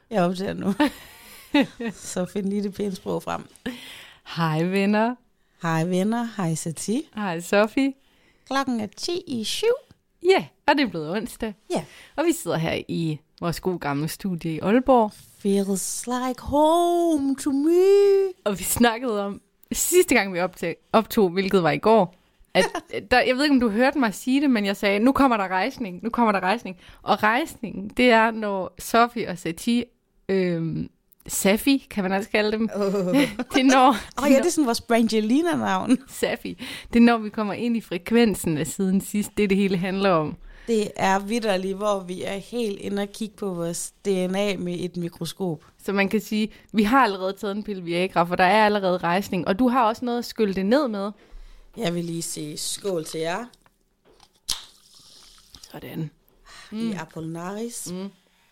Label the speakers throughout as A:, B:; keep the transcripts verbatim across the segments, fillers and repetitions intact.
A: Jeg optager nu. Så find lige det pæne sprog frem.
B: Hej venner.
A: Hej venner, hej Sati.
B: Hej Sofie.
A: Klokken er ti i syv.
B: Ja, yeah, og det er blevet onsdag.
A: Ja. Yeah.
B: Og vi sidder her i vores gode gamle studie i Aalborg.
A: Feels like home to me.
B: Og vi snakkede om, sidste gang vi optog, optog hvilket var i går, at der, jeg ved ikke, om du hørte mig sige det, men jeg sagde, nu kommer der rejsning, nu kommer der rejsning. Og rejsningen, det er, når Sofie og Sati, øhm, Safi, kan man også kalde dem.
A: Oh.
B: Det er når...
A: Oh, ja, det er sådan vores Brangelina-navn.
B: Safi. Det er når vi kommer ind i frekvensen af siden sidst. Det, det hele handler om.
A: Det er vitterligt, hvor vi er helt inde og kigge på vores D N A med et mikroskop.
B: Så man kan sige, vi har allerede taget en pille Viagra, for der er allerede rejsning. Og du har også noget at skylle det ned med.
A: Jeg vil lige sige skål til jer.
B: Sådan.
A: Mm. I Apollinaris.
B: Mm.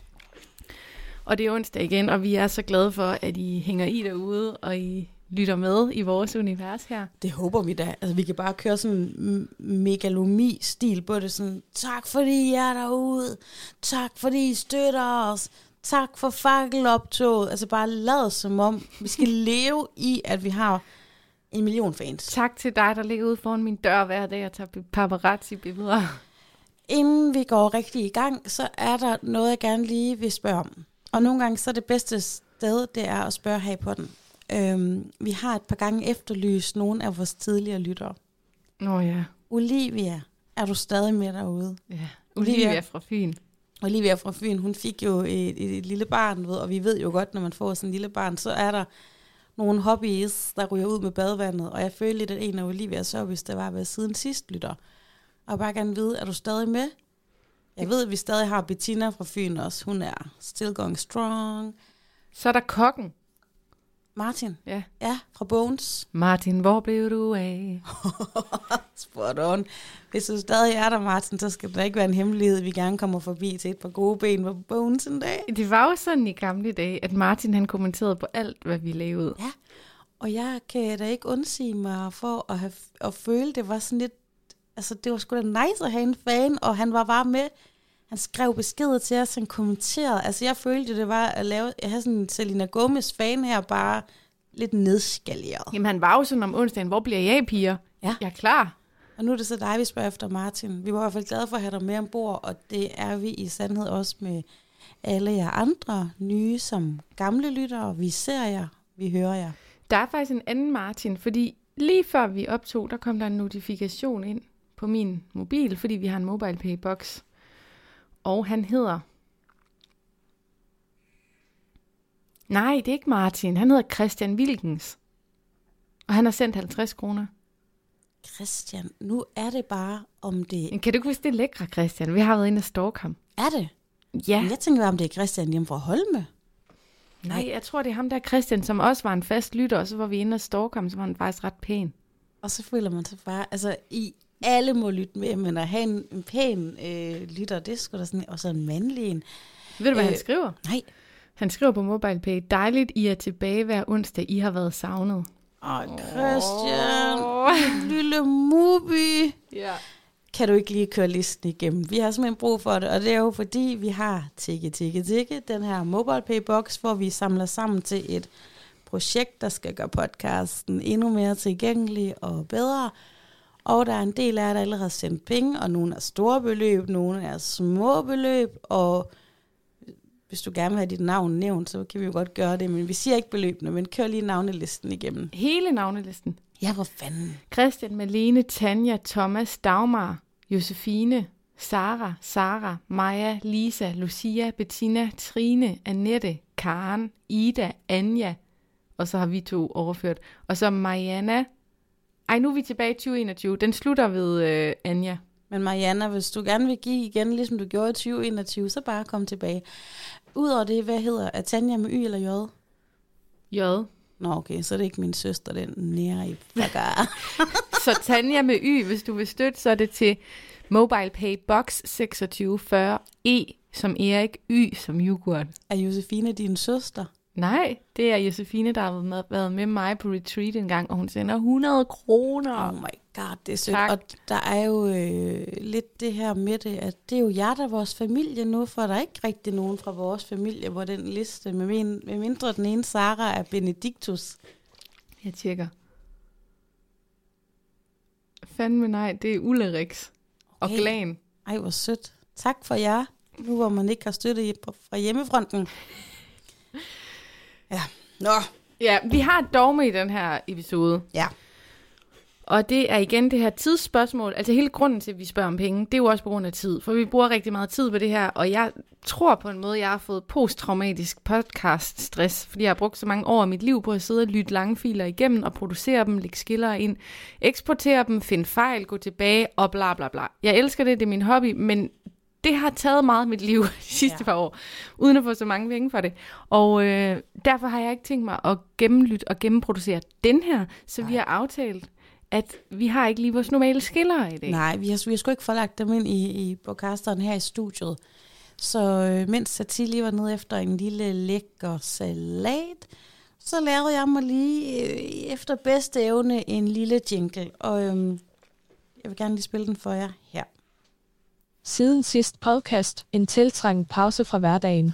B: Og det er onsdag igen, og vi er så glade for, at I hænger i derude, og I lytter med i vores univers her.
A: Det håber vi da. Altså, vi kan bare køre sådan en megalomi-stil på det. Sådan, tak fordi I er derude. Tak fordi I støtter os. Tak for fakkeloptoget. Altså bare lad som om, vi skal leve i, at vi har en million fans.
B: Tak til dig, der ligger ude foran min dør hver dag og tager paparazzi-billeder.
A: Inden vi går rigtig i gang, så er der noget, jeg gerne lige vil spørge om. Og nogle gange så er det bedste sted, det er at spørge her på den. Øhm, vi har et par gange efterlyst nogle af vores tidligere lyttere.
B: Nå ja.
A: Olivia, er du stadig med derude?
B: Ja, Olivia, Olivia fra Fyn.
A: Olivia fra Fyn, hun fik jo et, et, et lille barn, ved, og vi ved jo godt, når man får sådan en lille barn, så er der nogle hobbies, der ryger ud med badevandet. Og jeg følte lidt, at en af Olivias hobbies, der var at være siden sidst lytter. Og jeg bare gerne vide, er du stadig med? Jeg ved, at vi stadig har Bettina fra Fyn også. Hun er still going strong.
B: Så er der kokken.
A: Martin?
B: Ja.
A: Ja, fra Bones.
B: Martin, hvor blev du af?
A: Spot on. Hvis du stadig er der, Martin, så skal det ikke være en hemmelighed. Vi gerne kommer forbi til et par gode ben på Bones en dag.
B: Det var jo sådan i gamle dage, at Martin han kommenterede på alt, hvad vi lavede.
A: Ja, og jeg kan da ikke undsige mig for at, have, at føle, det var sådan lidt, altså det var sgu da nice at have en fan, og han var bare med. Han skrev beskeder til os, han kommenterede. Altså jeg følte, det var at lave, jeg havde sådan en Selena Gomez fan her, bare lidt nedskaleret.
B: Jamen han var jo sådan om onsdagen, hvor bliver jeg, piger?
A: Ja.
B: Jeg er klar.
A: Og nu er det så dig, vi spørger efter, Martin. Vi var i hvert fald glade for at have dig med ombord, og det er vi i sandhed også med alle jer andre, nye som gamle lyttere. Vi ser jer, vi hører jer.
B: Der er faktisk en anden Martin, fordi lige før vi optog, der kom der en notifikation ind på min mobil, fordi vi har en MobilePay-boks. Og han hedder... Nej, det er ikke Martin. Han hedder Christian Wilkens. Og han har sendt halvtreds kroner.
A: Christian, nu er det bare om det...
B: Men kan du ikke huske det lækre, Christian? Vi har været inde og stalke ham.
A: Er det?
B: Ja.
A: Men jeg tænker bare, om det er Christian hjemme fra Holme.
B: Nej, jeg tror, det er ham der Christian, som også var en fast lytter, og så var vi inde og stalke ham, så var han faktisk ret pæn.
A: Og så føler man sig bare... Altså, i alle må lytte med, men at have en, en pæn øh, lytter, det er sgu da sådan... Og så en mandlig en.
B: Ved du, hvad øh, han skriver?
A: Nej.
B: Han skriver på MobilePay, dejligt, I er tilbage hver onsdag, I har været savnet.
A: Åh, Christian, oh. Lille mubi.
B: Ja.
A: Kan du ikke lige køre listen igennem? Vi har simpelthen brug for det, og det er jo fordi, vi har Tikke Tikke Tikke, den her MobilePay-boks, hvor vi samler sammen til et projekt, der skal gøre podcasten endnu mere tilgængelig og bedre. Og der er en del af jer, der allerede har sendt penge, og nogle er store beløb, nogle er små beløb, og hvis du gerne vil have dit navn nævnt, så kan vi jo godt gøre det, men vi siger ikke beløbene, men kør lige navnelisten igennem.
B: Hele navnelisten?
A: Ja, hvor fanden?
B: Christian, Malene, Tanja, Thomas, Dagmar, Josefine, Sara, Sara, Maja, Lisa, Lucia, Bettina, Trine, Annette, Karen, Ida, Anja, og så har vi to overført. Og så Mariana. Ej, nu er vi tilbage i tyve enogtyve. Den slutter ved øh, Anja.
A: Men Mariana, hvis du gerne vil give igen, ligesom du gjorde i tyve enogtyve, så bare kom tilbage. Udover det, hvad hedder? Er Tanja med Y eller J?
B: J.
A: Nå, okay, så er det ikke min søster, den nære i bagar.
B: Så Tanja med Y, hvis du vil støtte, så er det til MobilePay Box seksogtyve fyrre E som Erik, Y som yoghurt.
A: Er Josefine din søster?
B: Nej, det er Josefine, der har med, været med mig på retreat en gang, og hun sender hundrede kroner.
A: Oh my god, det er sødt.
B: Tak.
A: Og der er jo øh, lidt det her med det, at det er jo jer, der er vores familie nu, for der er ikke rigtig nogen fra vores familie på den liste, med, min, med mindre den ene Sara er Benedictus.
B: Jeg tjekker. Fandme nej, det er Ulriks og
A: Okay.
B: Glan.
A: Ej, hvor sødt. Tak for jer, nu hvor man ikke har støtte fra hjemmefronten. Ja, nå.
B: Ja, vi har et dogme i den her episode.
A: Ja.
B: Og det er igen det her tidsspørgsmål. Altså hele grunden til, at vi spørger om penge, det er jo også på grund af tid. For vi bruger rigtig meget tid på det her, og jeg tror på en måde, jeg har fået posttraumatisk podcast-stress, fordi jeg har brugt så mange år af mit liv på at sidde og lytte lange filer igennem og producere dem, lægge skiller ind, eksportere dem, finde fejl, gå tilbage og bla bla bla. Jeg elsker det, det er min hobby, men det har taget meget af mit liv de sidste ja. par år, uden at få så mange penge for det. Og øh, derfor har jeg ikke tænkt mig at gennemlytte og gennemproducere den her, så Nej. vi har aftalt, at vi har ikke lige vores normale skiller i dag.
A: Nej, vi har, vi har sgu ikke forlagt dem ind i, i podcasteren her i studiet. Så øh, mens Satie lige var nede efter en lille lækker salat, så lavede jeg mig lige øh, efter bedste evne en lille jingle. Og øh, jeg vil gerne lige spille den for jer her.
C: Siden sidst podcast, en tiltrængt pause fra hverdagen.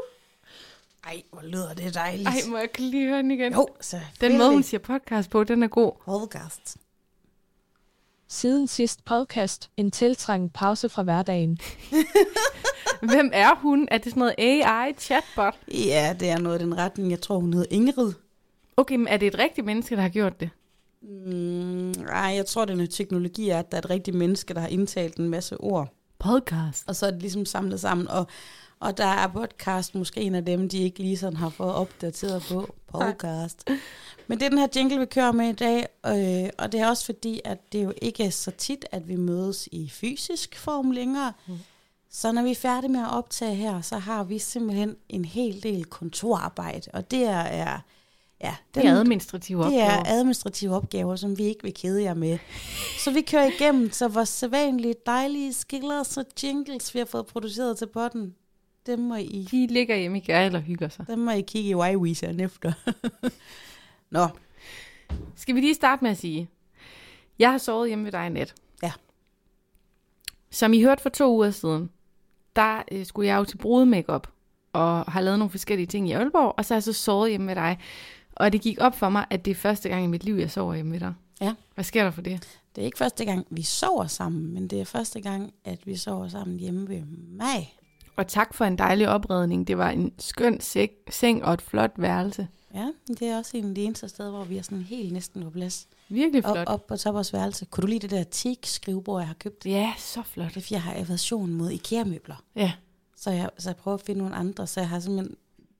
A: Ej, hvor lyder det dejligt.
B: Ej, må jeg lige høre den igen?
A: Jo, så
B: den måde, hun siger podcast på, den er god.
A: Podcast.
C: Siden sidst podcast, en tiltrængt pause fra hverdagen.
B: Hvem er hun? Er det sådan noget A I-chatbot?
A: Ja, det er noget i den retning. Jeg tror, hun hedder Ingrid.
B: Okay, men er det et rigtigt menneske, der har gjort det?
A: Mm, ej, jeg tror, det er noget teknologi, at der er et rigtigt menneske, der har indtalt en masse ord.
B: Podcast.
A: Og så er det ligesom samlet sammen, og, og der er podcast måske en af dem, de ikke lige sådan har fået opdateret på. Podcast. Men det er den her jingle, vi kører med i dag, øh, og det er også fordi, at det jo ikke er så tit, at vi mødes i fysisk form længere. Mm. Så når vi er færdige med at optage her, så har vi simpelthen en hel del kontorarbejde, og det er... er ja, den,
B: det er administrative opgaver.
A: Det er administrative opgaver, som vi ikke vil kede jer med. Så vi kører igennem, så vores sædvanlige dejlige skillers og jingles, vi har fået produceret til potten, dem må I...
B: De ligger hjemme i gærl og hygger sig.
A: Dem må I kigge i Y-Weezeren efter. Nå.
B: Skal vi lige starte med at sige, jeg har sovet hjemme ved dig i nat.
A: Ja.
B: Som I hørte for to uger siden, der øh, skulle jeg jo til brudemakeup og har lavet nogle forskellige ting i Aalborg, og så har jeg så sovet hjemme med dig. Og det gik op for mig, at det er første gang i mit liv, jeg sover hjemme med dig.
A: Ja.
B: Hvad sker der for det?
A: Det er ikke første gang, vi sover sammen, men det er første gang, at vi sover sammen hjemme ved mig.
B: Og tak for en dejlig opredning. Det var en skøn sæk, seng og et flot værelse.
A: Ja, det er også en af de eneste steder, hvor vi er sådan helt næsten på plads.
B: Virkelig flot.
A: Op, op på top af vores værelse. Kunne du lide det der teak-skrivebord, jeg har købt?
B: Ja, så flot.
A: Det er, fordi jeg har aversion mod IKEA-møbler.
B: Ja.
A: Så jeg, så jeg prøver at finde nogle andre, så jeg har simpelthen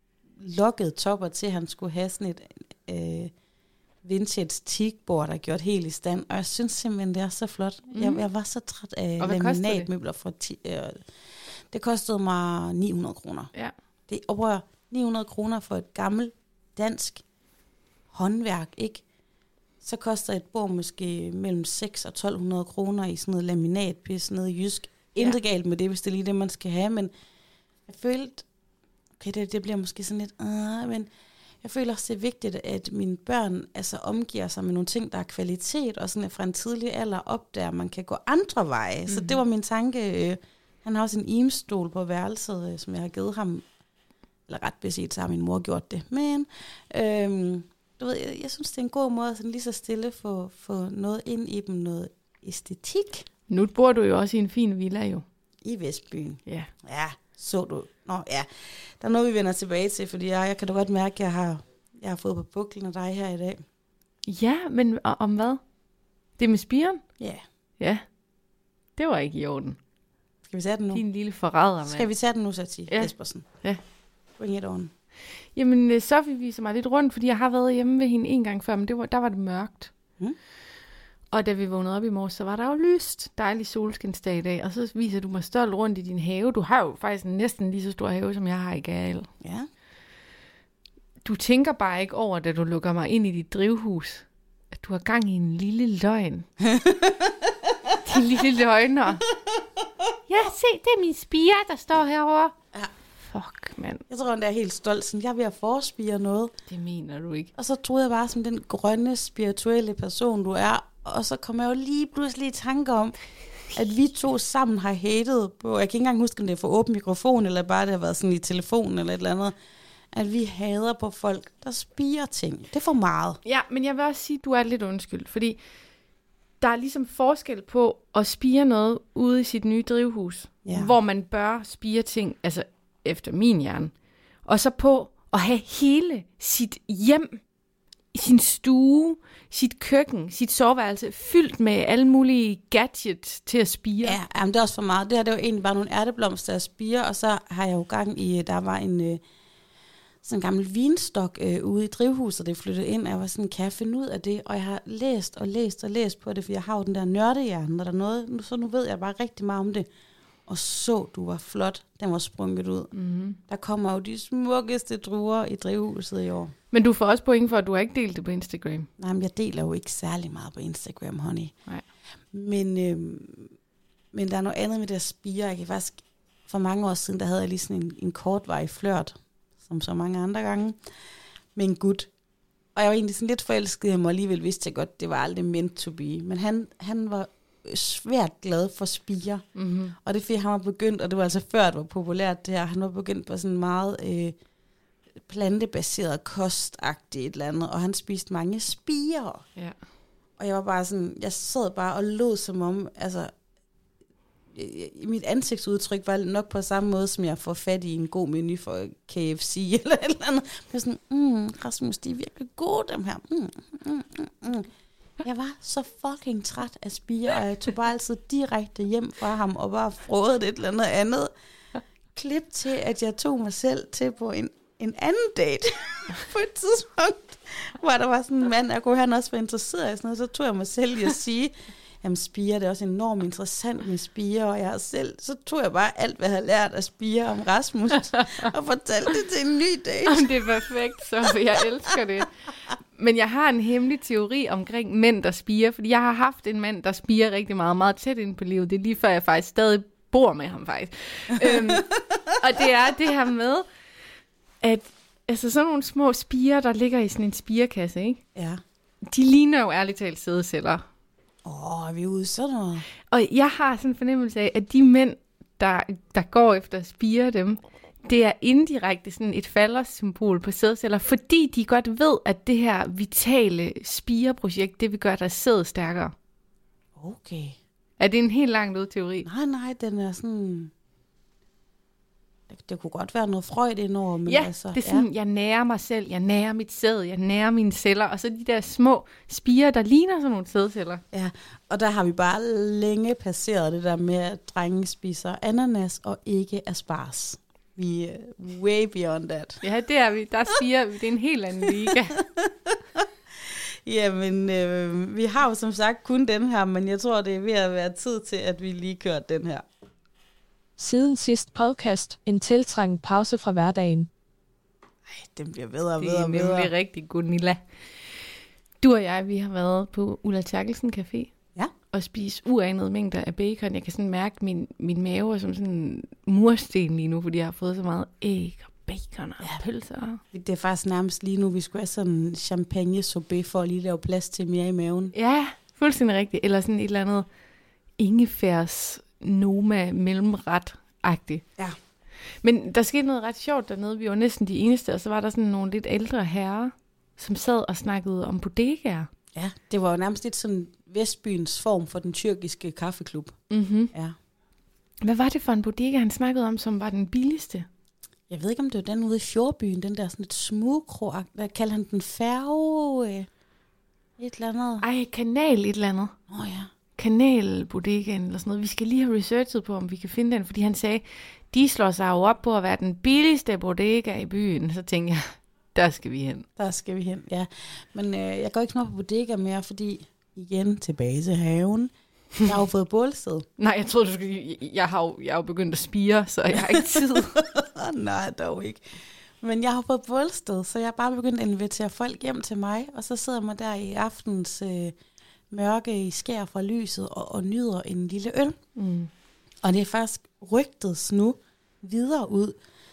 A: lukket topper til, at han skulle have sådan et øh, vintage teakbord, der er gjort helt i stand. Og jeg synes simpelthen, det er så flot. Mm. Jeg, jeg var så træt af laminatmøbler fra ti, øh, det kostede mig ni hundrede kroner.
B: Ja.
A: Det oprører ni hundrede kroner for et gammelt dansk håndværk, ikke? Så koster et bord måske mellem seks og tolv hundrede kroner i sådan noget laminatpis nede i Jysk. Intet ja. galt med det, hvis det er lige det, man skal have, men jeg følte, okay, det, det bliver måske sådan lidt, øh, men jeg føler også, det er vigtigt, at mine børn altså omgiver sig med nogle ting, der er kvalitet, og sådan at fra en tidlig alder opdager, at man kan gå andre veje. Mm-hmm. Så det var min tanke. Øh, han har også en imstol på værelset, øh, som jeg har givet ham, eller ret beset, så har min mor gjort det. Men øh, du ved, jeg, jeg synes, det er en god måde at sådan lige så stille få, få noget ind i dem, noget æstetik.
B: Nu bor du jo også i en fin villa jo.
A: I Vestbyen.
B: Ja.
A: Ja, så du. Nå ja, der er noget, vi vender tilbage til, fordi jeg, jeg kan da godt mærke, at jeg har, jeg har fået på buklen af dig her i dag.
B: Ja, men om hvad? Det med spiren?
A: Ja.
B: Ja, det var ikke i orden.
A: Skal vi tage den nu?
B: Din lille forræder, mand.
A: Skal vi tage den nu, Satie
B: ja.
A: Jespersen?
B: Ja.
A: Bring it on.
B: Jamen, Sofie viser mig lidt rundt, fordi jeg har været hjemme ved hende en gang før, men det var, der var det mørkt. Hmm? Og da vi vågnede op i morges, så var der jo lyst. Dejlig solskinsdag i dag. Og så viser du mig stolt rundt i din have. Du har jo faktisk næsten lige så stor have, som jeg har i Gale.
A: Ja.
B: Du tænker bare ikke over, da du lukker mig ind i dit drivhus, at du har gang i en lille løgn. Din lille løgner. Ja, se, det er min spire, der står herovre.
A: Ja.
B: Fuck, mand.
A: Jeg tror, han er helt stolt, sådan, jeg er ved at forspire noget.
B: Det mener du ikke.
A: Og så troede jeg bare som den grønne, spirituelle person, du er. Og så kom jeg jo lige pludselig i tanke om, at vi to sammen har hatet på, jeg kan ikke engang huske, om det er for åben mikrofon, eller bare det har været sådan i telefonen eller et eller andet, at vi hader på folk, der spirer ting. Det er for meget.
B: Ja, men jeg vil også sige, at du er lidt undskyld, fordi der er ligesom forskel på at spire noget ude i sit nye drivhus,
A: Ja.
B: hvor man bør spire ting, altså efter min hjerne, og så på at have hele sit hjem, sin stue, sit køkken, sit soveværelse, fyldt med alle mulige gadgets til at spire.
A: Ja, jamen, det er også for meget. Det her, det var egentlig bare nogle ærteblomster, der spirer, og så har jeg jo gang i, der var en øh, sådan en gammel vinstok øh, ude i drivhuset, det flyttede ind, og jeg var sådan, kan jeg finde ud af det? Og jeg har læst og læst og læst på det, for jeg har jo den der nørdehjerne, og der er noget, så nu ved jeg bare rigtig meget om det. Og så, du var flot, den var sprunget ud.
B: Mm-hmm.
A: Der kommer jo de smukkeste druer i drivhuset i år.
B: Men du får også point for, at du har ikke delt det på Instagram.
A: Nej, men jeg deler jo ikke særlig meget på Instagram, honey.
B: Nej.
A: Men, øh, men der er noget andet med det at spire. Jeg kan faktisk, for mange år siden, der havde jeg lige sådan en, en kortvarig flørt, som så mange andre gange, med en gut. Og jeg var egentlig sådan lidt forelsket i ham, og alligevel vidste jeg godt, det var aldrig meant to be. Men han, han var svært glad for spire.
B: Mm-hmm.
A: Og det er fordi, han var begyndt, og det var altså før, det var populært det her, han var begyndt på sådan meget øh, plantebaseret kostagtigt et eller andet, og han spiste mange spirer.
B: Ja.
A: Og jeg var bare sådan, jeg sad bare og lod som om, altså, øh, mit ansigtsudtryk var nok på samme måde, som jeg får fat i en god menu for K F C eller et eller andet. Jeg var sådan, mm, Rasmus, de er virkelig gode, dem her. Mm, mm, mm, mm. Jeg var så fucking træt af spire, og jeg tog bare altid direkte hjem fra ham, og bare frøede et eller andet andet. Klip til, at jeg tog mig selv til på en, en anden date på et tidspunkt, hvor der var sådan en mand, jeg kunne han også være interesseret i sådan noget, så tog jeg mig selv i at sige, jamen spire, det er også enormt interessant med spire, og jeg selv, så tog jeg bare alt, hvad jeg havde lært af spire om Rasmus, og fortalte det til en ny date.
B: Jamen, det er perfekt, så jeg elsker det. Men jeg har en hemmelig teori omkring mænd, der spirer, fordi jeg har haft en mand, der spirer rigtig meget, meget tæt ind på livet. Det er lige før, jeg faktisk stadig bor med ham, faktisk. øhm, og det er det her med, at altså, sådan nogle små spirer, der ligger i sådan en spirekasse, ikke?
A: Ja.
B: De ligner jo ærligt talt sædeceller.
A: Åh, oh, er vi ude i sådan noget?
B: Og jeg har sådan en fornemmelse af, at de mænd, der, der går efter at spire dem, det er indirekte sådan et faldersymbol på sædceller, fordi de godt ved, at det her vitale spireprojekt, det vil gøre deres sæd stærkere.
A: Okay.
B: Er det en helt langt ud teori?
A: Nej, nej, den er sådan... Det, det kunne godt være noget Freud indover, men
B: ja,
A: altså...
B: det er sådan, ja. Jeg nærer mig selv, jeg nærer mit sæd, jeg nærer mine celler, og så de der små spirer, der ligner sådan nogle sædceller.
A: Ja, og der har vi bare længe passeret det der med, at drenge spiser ananas og ikke asparges. Vi er way beyond that.
B: Ja, det er vi. Der spirer vi. Det er en helt anden liga.
A: Jamen, øh, vi har jo som sagt kun den her, men jeg tror, det er ved at være tid til, at vi lige kører den her.
C: Siden sidst podcast, en tiltrængt pause fra hverdagen.
A: Ej, den bliver bedre og
B: det
A: bedre og bedre.
B: Det er nemlig rigtig Gunilla. Du og jeg, vi har været på Ulla Terkelsen Café.
A: Ja.
B: Og spise uanede mængder af bacon. Jeg kan sådan mærke, at min, min mave er som sådan en mursten lige nu, fordi jeg har fået så meget æg og bacon og ja. pølser.
A: Det er faktisk nærmest lige nu, vi skulle have sådan en champagne sorbet for at lige lave plads til mere i maven.
B: Ja, fuldstændig rigtigt. Eller sådan et eller andet ingefærs Noma mellemret-agtigt.
A: Ja.
B: Men der skete noget ret sjovt dernede. Vi var næsten de eneste, og så var der sådan nogle lidt ældre herrer, som sad og snakkede om bodegaer.
A: Ja, det var jo nærmest lidt sådan Vestbyens form for den tyrkiske kaffeklub.
B: Mm-hmm.
A: Ja.
B: Hvad var det for en bodega, han snakkede om, som var den billigste?
A: Jeg ved ikke, om det var den ude i Fjordbyen, den der sådan et smugkro, hvad kalder han den, færge, øh, et eller andet.
B: Ej, kanal et eller andet.
A: Åh oh, ja.
B: Kanalbodegaen eller sådan noget. Vi skal lige have researchet på, om vi kan finde den, fordi han sagde, de slår sig jo op på at være den billigste bodega i byen. Så tænkte jeg, der skal vi hen.
A: Der skal vi hen, ja. Men øh, jeg går ikke så meget på bodega mere, fordi igen tilbage til haven. Jeg har jo fået bålsted.
B: Nej, jeg troede, du skulle... Jeg har jo, jeg har jo begyndt at spire, så jeg har ikke tid.
A: Nej, dog ikke. Men jeg har fået bålsted, så jeg har bare begyndt at invitere folk hjem til mig, og så sidder man der i aftens øh, mørke i skær fra lyset og, og nyder en lille øl.
B: Mm.
A: Og det er faktisk rygtet nu videre ud,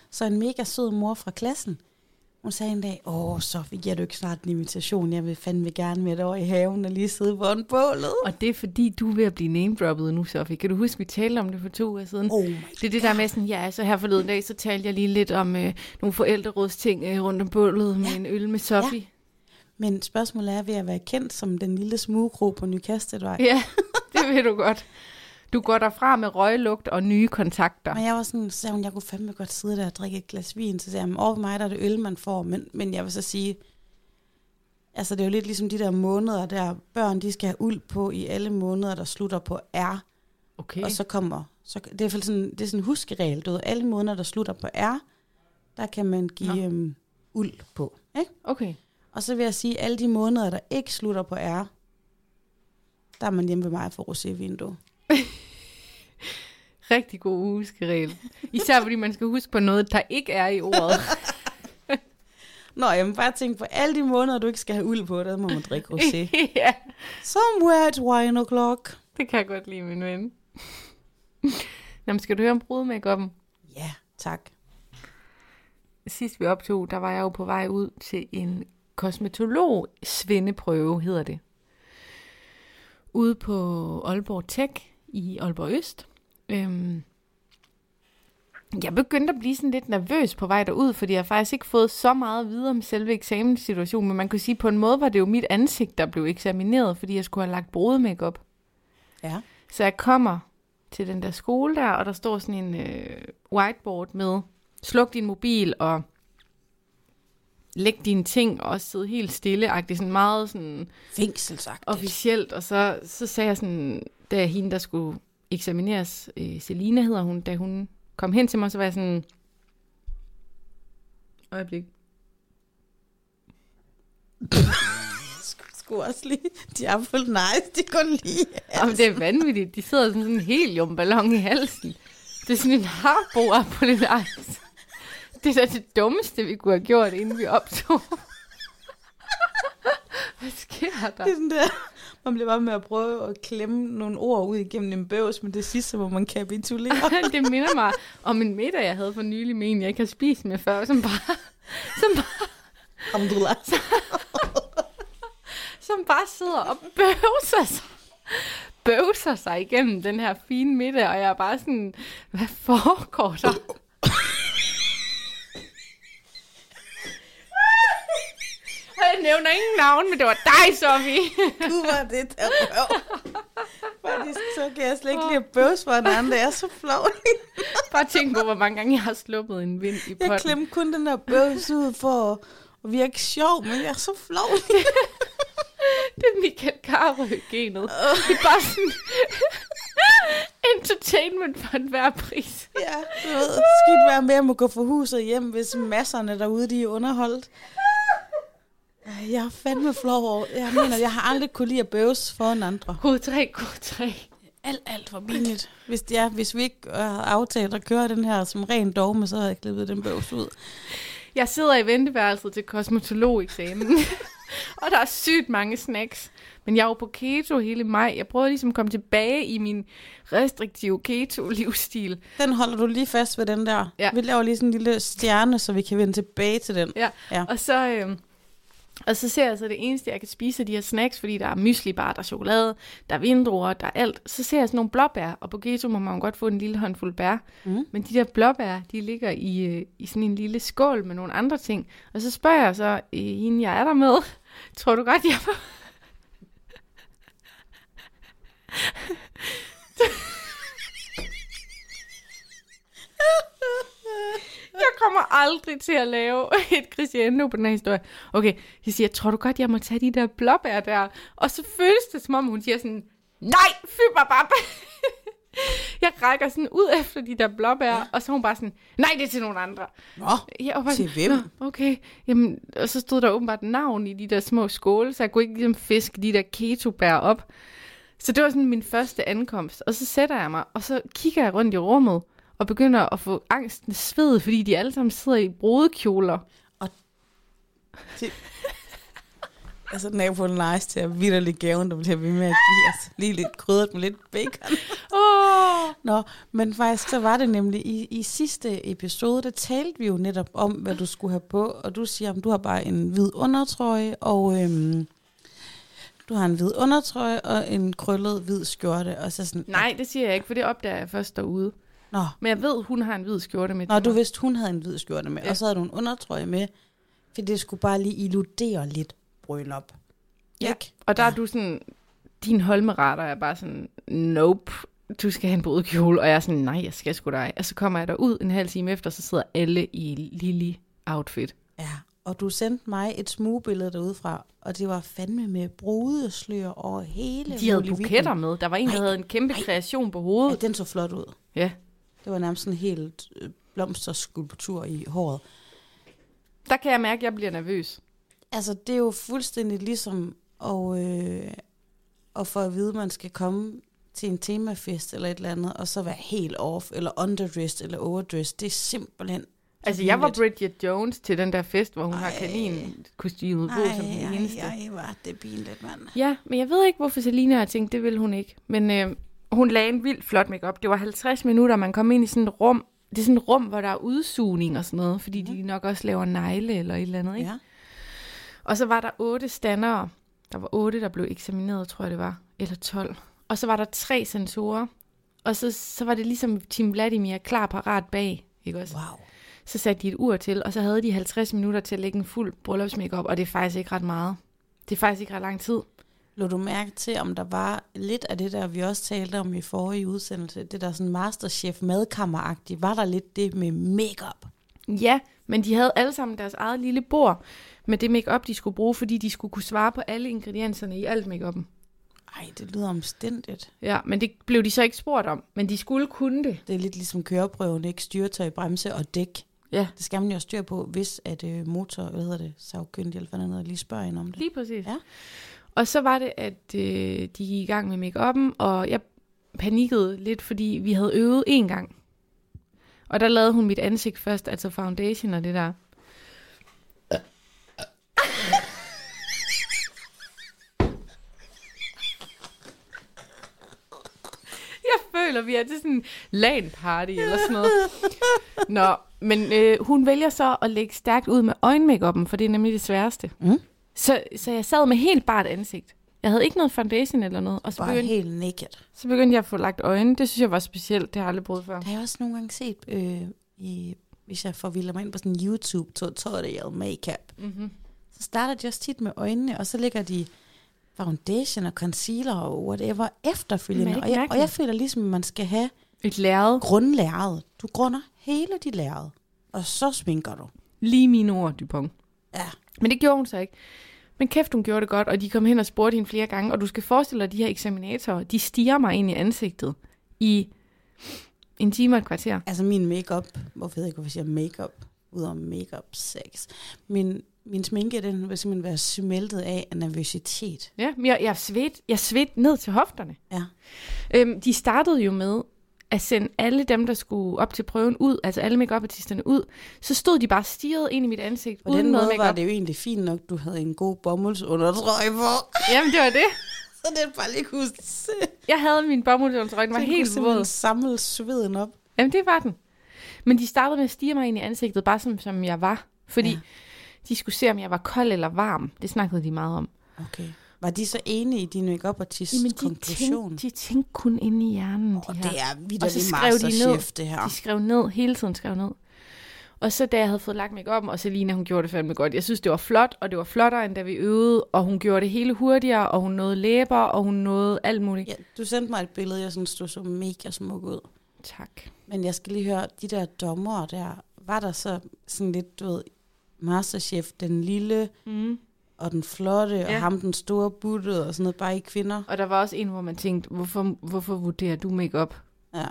A: Så en mega sød mor fra klassen, hun sagde en dag, åh, så giver du ikke snart en invitation, jeg vil fandme gerne med dig over i haven og lige sidde foran bålet.
B: Og det er fordi, du er ved at blive name-droppet nu, Sofie. Kan du huske, vi talte om det for to uger siden?
A: Oh
B: det er det der med sådan, ja, så her forleden dag, så talte jeg lige lidt om øh, nogle forældrerådsting øh, rundt om bålet med ja. en øl med Sofie. Ja.
A: Men spørgsmålet er ved at være kendt som den lille smugekro på Nykastelvej.
B: Ja, det ved du godt. Du går derfra med røglugt og nye kontakter.
A: Og jeg var sådan, så sagde hun, jeg kunne fandme godt sidde der og drikke et glas vin. Så sagde jeg, over mig der er det øl, man får. Men, men jeg vil så sige, altså det er jo lidt ligesom de der måneder der, børn de skal have uld på i alle måneder, der slutter på R.
B: Okay.
A: Og så kommer, så, det er i hvert fald sådan, det er sådan en huskeregel, du ved, alle måneder, der slutter på R, der kan man give um, uld på. Ikke?
B: Okay.
A: Og så vil jeg sige, alle de måneder, der ikke slutter på R, der er man hjemme ved mig for rosévindue.
B: Rigtig god huskeregel. Især fordi man skal huske på noget, der ikke er i ordet.
A: Nå, jeg må bare tænke på alle de måneder, du ikke skal have uld på, der må man drikke rosé.
B: Ja.
A: Somewhere at one o'clock.
B: Det kan jeg godt lide, min ven. Jamen, skal du høre om brudmakeupen?
A: Ja, tak.
B: Sidst vi optog, der var jeg jo på vej ud til en kosmetolog-svendeprøve, hedder det. Ude på Aalborg Tech i Aalborg Øst. Øhm, jeg begyndte at blive sådan lidt nervøs på vej derud, fordi jeg har faktisk ikke fået så meget videre om selve eksamenssituationen, men man kunne sige, på en måde var det jo mit ansigt, der blev eksamineret, fordi jeg skulle have lagt brudemakeup.
A: Ja.
B: Så jeg kommer til den der skole der, og der står sådan en øh, whiteboard med, sluk din mobil og læg dine ting, og sidde helt stille-agtigt, sådan meget sådan
A: fængselsagtigt.
B: Officielt, og så, så sagde jeg sådan, da hende, der skulle eksamineres, øh, Selina hedder hun, da hun kom hen til mig, så var jeg sådan, øjeblik.
A: Skulle også lige, de er fuldt nice, de kunne lige.
B: Jamen, det er vanvittigt, de sidder sådan en heliumballon i halsen. Det er sådan en harbo på det der. Det er da det dummeste, vi kunne have gjort, inden vi optog. Hvad sker der?
A: Det er sådan der, man bliver bare med at prøve at klemme nogle ord ud igennem en bøvs, men det sidste, hvor man kapitulerer.
B: Det minder mig om en middag, jeg havde for nylig med en, jeg ikke har spist med før, som bare... Som bare, som, som bare sidder og bøvser sig. Bøvser sig igennem den her fine middag, og jeg er bare sådan, hvad foregår der? Jeg nævner ingen navn, men det var dig, Sofie.
A: Gud, var det der røv. Faktisk, så kan jeg slet ikke lide at bøvse for en anden. Det er så flot.
B: Bare tænk på, hvor mange gange jeg har sluppet en vind i potten.
A: Jeg klemte kun den der bøvs ud for at virke sjov, men jeg er så flot.
B: Det er Michael Carøe-genet. Det er bare sådan entertainment for enhver pris.
A: Ja, du ved, skidt være med at må gå for huset hjem, hvis masserne derude, de er underholdt. Jeg er fandme flov over. Jeg mener, jeg har aldrig kunne lide at bøves foran andre.
B: Kode tre, kode tre.
A: Alt, alt for pinligt. Hvis, ja, hvis vi ikke havde aftalt at køre den her som ren dogme, så havde jeg klippet den bøvs ud.
B: Jeg sidder i venteværelset til kosmetolog-eksamen, og der er sygt mange snacks. Men jeg er jo på keto hele maj. Jeg prøver ligesom at komme tilbage i min restriktive keto-livsstil.
A: Den holder du lige fast ved, den der. Ja. Vi laver lige sådan en lille stjerne, så vi kan vende tilbage til den.
B: Ja, ja. Og så... Øh, Og så ser jeg så det eneste, jeg kan spise af de her snacks, fordi der er myslibar, der er chokolade, der er vindruer, der er alt. Så ser jeg sådan nogle blåbær, og på keto må man godt få en lille håndfuld bær. Mm. Men de der blåbær, de ligger i, i sådan en lille skål med nogle andre ting. Og så spørger jeg så, hende jeg er der med, tror du godt, jeg får... Jeg kommer aldrig til at lave et crescendo på den her historie. Okay, jeg siger, tror du godt, jeg må tage de der blåbær der? Og så føles det, som om hun siger sådan, nej, fy mig bare. Jeg rækker sådan ud efter de der blåbær, ja. Og så hun bare sådan, nej, det er til nogle andre.
A: Nå,
B: jeg bare,
A: til hvem?
B: Nå, okay, jamen, og så stod der åbenbart navn i de der små skåle, så jeg kunne ikke ligesom fiske de der ketobær op. Så det var sådan min første ankomst. Og så sætter jeg mig, og så kigger jeg rundt i rummet, og begynder at få angsten sved, fordi de alle sammen sidder i brudekjoler. Og
A: det... altså, naboen nice til at vitterlig gaven, der vil have ved med at give os lige lidt krydret med lidt bacon.
B: Åh,
A: Nå, men faktisk så var det nemlig i, i sidste episode, der talte vi jo netop om, hvad du skulle have på, og du siger, at du har bare en hvid undertrøje, og øhm, du har en hvid undertrøje og en krøllet hvid skjorte. Og så sådan,
B: Nej, det siger jeg ikke, for det opdager jeg først derude.
A: Nå.
B: Men jeg ved, hun har en hvid skjorte med.
A: Nå, du vidste, hun havde en hvid skjorte med,
B: ja.
A: og så havde du en undertrøje med, for det skulle bare lige illudere lidt bryllup.
B: Ja,
A: ikke?
B: og der
A: ja.
B: er du sådan, din holdmerater er bare sådan, nope, du skal have en brudekjole, og jeg er sådan, nej, jeg skal sgu dig. Og så kommer jeg derud en halv time efter, så sidder alle i lille outfit.
A: Ja, og du sendte mig et smugbillede derudefra, og det var fandme med brudeslør over hele.
B: De havde buketter med. Der var en, der ej, havde en kæmpe ej. kreation på hovedet.
A: Ja, den så flot ud.
B: Ja.
A: Det var nærmest sådan en helt blomsterskulptur i håret.
B: Der kan jeg mærke, at jeg bliver nervøs.
A: Altså, det er jo fuldstændig ligesom at, øh, at få at vide, at man skal komme til en temafest eller et eller andet, og så være helt off, eller underdressed, eller overdressed. Det er simpelthen...
B: Altså, jeg var Bridget Jones til den der fest, hvor hun ej, har kaninkostymet på som den eneste.
A: Nej, var det pinligt, mand.
B: Ja, men jeg ved ikke, hvorfor Selina har tænkt, det vil hun ikke. Men øh, hun lagde en vildt flot makeup. Det var halvtreds minutter, man kom ind i sådan et rum. Det er sådan et rum, hvor der er udsugning og sådan noget, fordi mm. de nok også laver negle eller et eller andet, ikke?
A: Ja.
B: Og så var der otte standere. Der var otte, der blev eksamineret, tror jeg det var. Eller tolv. Og så var der tre sensorer. Og så, så var det ligesom Team Vladimir klar parat bag, ikke også?
A: Wow.
B: Så satte de et ur til, og så havde de halvtreds minutter til at lægge en fuld bryllupsmakeup, og det er faktisk ikke ret meget. Det er faktisk ikke ret lang tid.
A: Lå du mærke til, om der var lidt af det der, vi også talte om i forrige udsendelse, det der sådan Masterchef madkammeragtigt, var der lidt det med makeup?
B: Ja, men de havde alle sammen deres eget lille bord med det makeup, de skulle bruge, fordi de skulle kunne svare på alle ingredienserne i alt makeupen.
A: Ej, det lyder omstændigt.
B: Ja, men det blev de så ikke spurgt om, men de skulle kunne det.
A: Det er lidt ligesom køreprøven, ikke? Styretøj, bremse og dæk.
B: Ja.
A: Det skal man jo styre på, hvis at øh, motor, hvad hedder det, sagkyndig eller hvad andet, lige spørger ind om det.
B: Lige præcis.
A: Ja.
B: Og så var det, at øh, de gik i gang med make-up'en, og jeg panikkede lidt, fordi vi havde øvet én gang. Og der lavede hun mit ansigt først, altså foundation og det der. Jeg føler, vi er til sådan en LAN-party eller sådan noget. Nå, men øh, hun vælger så at lægge stærkt ud med øjenmakeupen, for det er nemlig det sværeste.
A: Mm.
B: Så, så jeg sad med helt bart ansigt. Jeg havde ikke noget foundation eller noget. Og så
A: Bare
B: begyndte,
A: helt naked.
B: så begyndte jeg at få lagt øjne. Det synes jeg var specielt. Det har jeg aldrig prøvet før.
A: Det har jeg også nogle gange set, øh, i, hvis jeg forvilder mig ind på sådan en YouTube-tutorial makeup.
B: Mm-hmm.
A: Så starter de også tit med øjnene, og så lægger de foundation og concealer og whatever efterfølgende. Og jeg, og jeg føler ligesom, at man skal have
B: et lærred.
A: Grundlærred. Du grunder hele dit lærred, og så sminker du.
B: Lige mine ord, Dupont.
A: Ja.
B: Men det gjorde hun så ikke. Men kæft, hun gjorde det godt, og de kom hen og spurgte hende flere gange, og du skal forestille dig, at de her eksaminatorer, de stiger mig ind i ansigtet i en time og et kvarter.
A: Altså min makeup, hvorfor ved jeg ikke, hvorfor jeg siger makeup, udover makeup sex. Min, min sminke, den vil simpelthen være smeltet af nervøsitet.
B: Ja, men jeg, jeg svedte jeg svedt ned til hofterne.
A: Ja.
B: Øhm, de startede jo med at sende alle dem, der skulle op til prøven ud, altså alle make-up-artisterne ud, så stod de bare stirret ind i mit ansigt.
A: På den måde var det jo egentlig fint nok, du havde en god bomuldsundertrøje på.
B: Jamen, det var det.
A: Så det bare lige kunne se.
B: Jeg havde min bomuldsundertrøje, den var helt våd.
A: Den samlede sveden op.
B: Jamen, det var den. Men de startede med at stige mig ind i ansigtet, bare som, som jeg var. Fordi ja. de skulle se, om jeg var kold eller varm. Det snakkede de meget om.
A: Okay. Var de så enige i din make-up-artists konklusion?
B: Tænkte, de tænkte kun inde i hjernen,
A: oh,
B: de her.
A: Det er vitterlig Masterchef, det her.
B: De skrev ned, hele tiden skrev ned. Og så da jeg havde fået lagt make-up'en, og Selina, hun gjorde det fandme godt. Jeg synes, det var flot, og det var flottere, end da vi øvede. Og hun gjorde det hele hurtigere, og hun nåede læber, og hun nåede alt muligt.
A: Ja, du sendte mig et billede, jeg synes, du så mega smuk ud.
B: Tak.
A: Men jeg skal lige høre, de der dommere der, var der så sådan lidt, du ved, Masterchef, den lille... Mm. Og den flotte, ja. Og ham den store buttede, og sådan noget, bare i kvinder.
B: Og der var også en, hvor man tænkte, hvorfor, hvorfor vurderer du make-up?
A: Ja.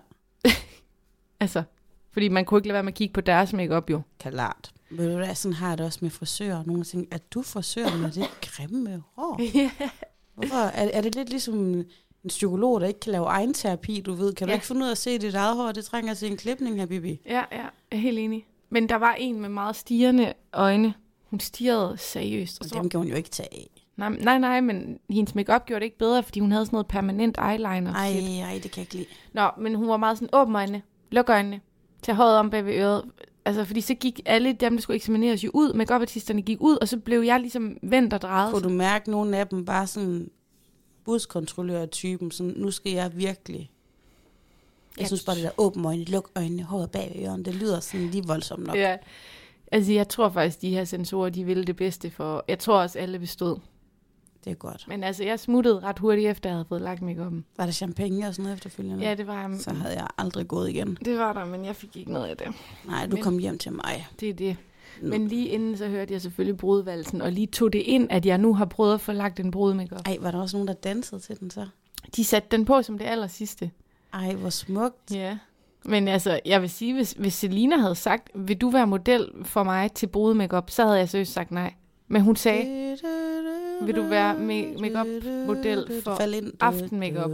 B: altså, fordi man kunne ikke lade være med at kigge på deres make-up, jo.
A: Klart. Ved du hvad, sådan har jeg det også med frisører. Nogle tænker, er du frisør med det grimme hår?
B: Ja.
A: Hvorfor? Er, er det lidt ligesom en psykolog, der ikke kan lave egen terapi, du ved? Kan du
B: ja.
A: ikke finde ud af at se dit eget hår? Det trænger til en klipning her, Bibi.
B: Ja, ja, jeg er helt enig. Men der var en med meget stirrende øjne. Hun stirrede seriøst.
A: Og dem kan hun jo ikke tage af.
B: Nej, nej, nej, men hendes make-up gjorde det ikke bedre, fordi hun havde sådan noget permanent eyeliner.
A: Ej,
B: shit.
A: ej, det kan jeg ikke lide.
B: Nå, men hun var meget sådan, åbn øjnene, luk øjnene, tag håret om bag ved øret. Altså, fordi så gik alle dem, der skulle eksamineres jo ud, make-up-artisterne gik ud, og så blev jeg ligesom vendt og drejet.
A: Kunne du mærke, at nogle af dem bare sådan buskontrollør-typen, sådan, nu skal jeg virkelig... Jeg synes bare, det der åbne øjne, luk øjnene, håret bag ved øren, det lyder sådan lige voldsomt nok.
B: Ja, altså jeg tror faktisk, de her sensorer, de ville det bedste for... Jeg tror også, alle bestod.
A: Det er godt.
B: Men altså, jeg smuttede ret hurtigt, efter jeg havde fået lagt make-up'en.
A: Var der champagne og sådan noget efterfølgende?
B: Ja, det var...
A: Så havde jeg aldrig gået igen.
B: Det var der, men jeg fik ikke noget af det.
A: Nej, du
B: men,
A: kom hjem til mig.
B: Det er det.
A: Nu.
B: Men lige inden, så hørte jeg selvfølgelig brudvalsen, og lige tog det ind, at jeg nu har prøvet at få lagt en brud-makeup.
A: Ej, var der også nogen, der dansede til den så?
B: De satte den på som det aller sidste.
A: Ej, hvor smukt.
B: Ja. Men altså, jeg vil sige, hvis, hvis Selina havde sagt, vil du være model for mig til brud-makeup, så havde jeg seriøst sagt nej. Men hun sagde, vil du være make-up-model for aften-makeup?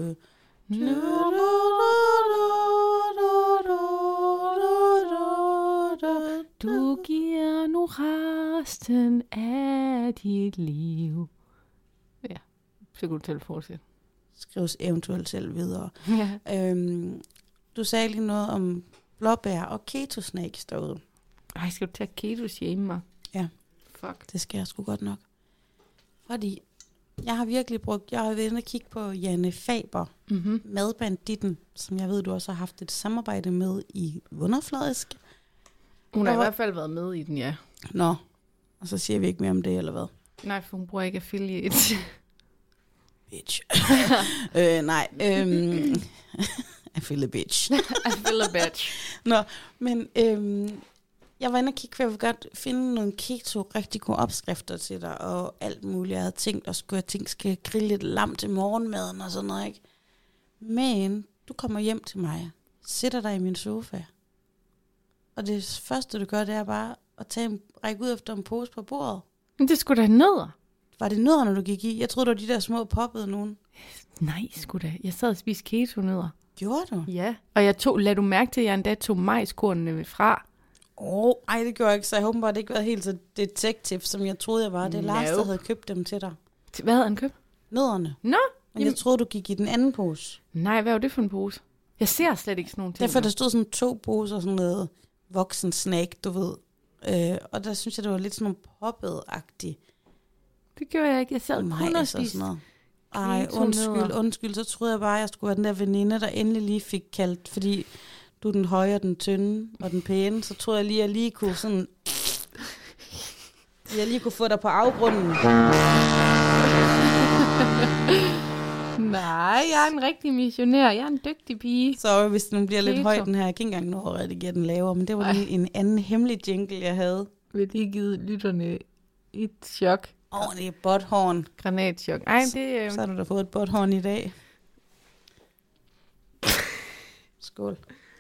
B: Du giver nu resten af dit liv. Ja, så kunne du til at fortsætte.
A: Skrives eventuelt selv videre.
B: Ja.
A: Øhm, du sagde lige noget om blåbær og keto-snacks derude.
B: Ej, skal du tage keto-shame mig?
A: Ja.
B: Fuck.
A: Det skal jeg sgu godt nok. Fordi jeg har virkelig brugt, jeg har været inde og kigge på Janne Faber,
B: Mm-hmm.
A: madbanditten, som jeg ved, du også har haft et samarbejde med i Wunderfladisk.
B: Hun har i
A: Hvor-
B: hvert fald været med i den, ja.
A: Nå, og så siger vi ikke mere om det, eller hvad?
B: Nej, for hun bruger ikke affiliate.
A: Bitch. øh, nej, øhm, affiliate bitch.
B: Affiliate bitch.
A: Nå, men øhm, jeg var inde og kigge, for jeg vil godt finde nogle keto rigtig gode opskrifter til dig, og alt muligt. Jeg havde tænkt, og skulle jeg tænke, skal jeg grille lidt lam til morgenmaden og sådan noget, ikke? Men du kommer hjem til mig, sætter dig i min sofa, og det første, du gør, det er bare at tage en, række ud efter en pose på bordet.
B: Men det skulle da nødder.
A: Var det nødderne, du gik i? Jeg troede, det var de der små poppede nogen.
B: Nej, skulle da. Jeg sad og spiste keto-nødder.
A: Gjorde du?
B: Ja. Og jeg tog, lad du mærke til, at jeg endda tog majskornene fra.
A: Åh, oh, ej, det gjorde jeg ikke, så jeg håber bare, det ikke var helt så detective, som jeg troede, jeg var. Det er Lars,
B: No.
A: der havde købt dem til dig.
B: Hvad havde han købt?
A: Nødderne.
B: Nå.
A: Men jeg troede, du gik i den anden pose.
B: Nej, hvad var det for en pose? Jeg ser slet ikke sådan nogle ting.
A: Derfor der stod sådan to poser, sådan noget voksen snack, du ved. Øh, og der synes jeg, det var lidt sådan nogle poppet-agtigt.
B: Det gjorde jeg ikke. Jeg sad kun og
A: Majs og
B: spiste.
A: sådan noget. Ej,
B: keto-nødder.
A: undskyld, undskyld. Så troede jeg bare, jeg skulle være den der veninde, der endelig lige fik kaldt, fordi du er den høje, den tynde og den pæne. Så troede jeg lige, at jeg lige kunne sådan... Jeg lige kunne få dig på afgrunden.
B: Nej, jeg er en rigtig missionær. Jeg er en dygtig pige.
A: Så hvis den bliver lidt
B: Keto.
A: høj, den her, jeg kan ikke engang nå at redigere den lavere, men det var lige en anden hemmelig jingle, jeg havde.
B: Vi har lige givet lytterne et chok.
A: Åh, oh, det er botthorn.
B: Granatchok. Ej, det... Øh...
A: Så har du da fået et botthorn i dag. Skål.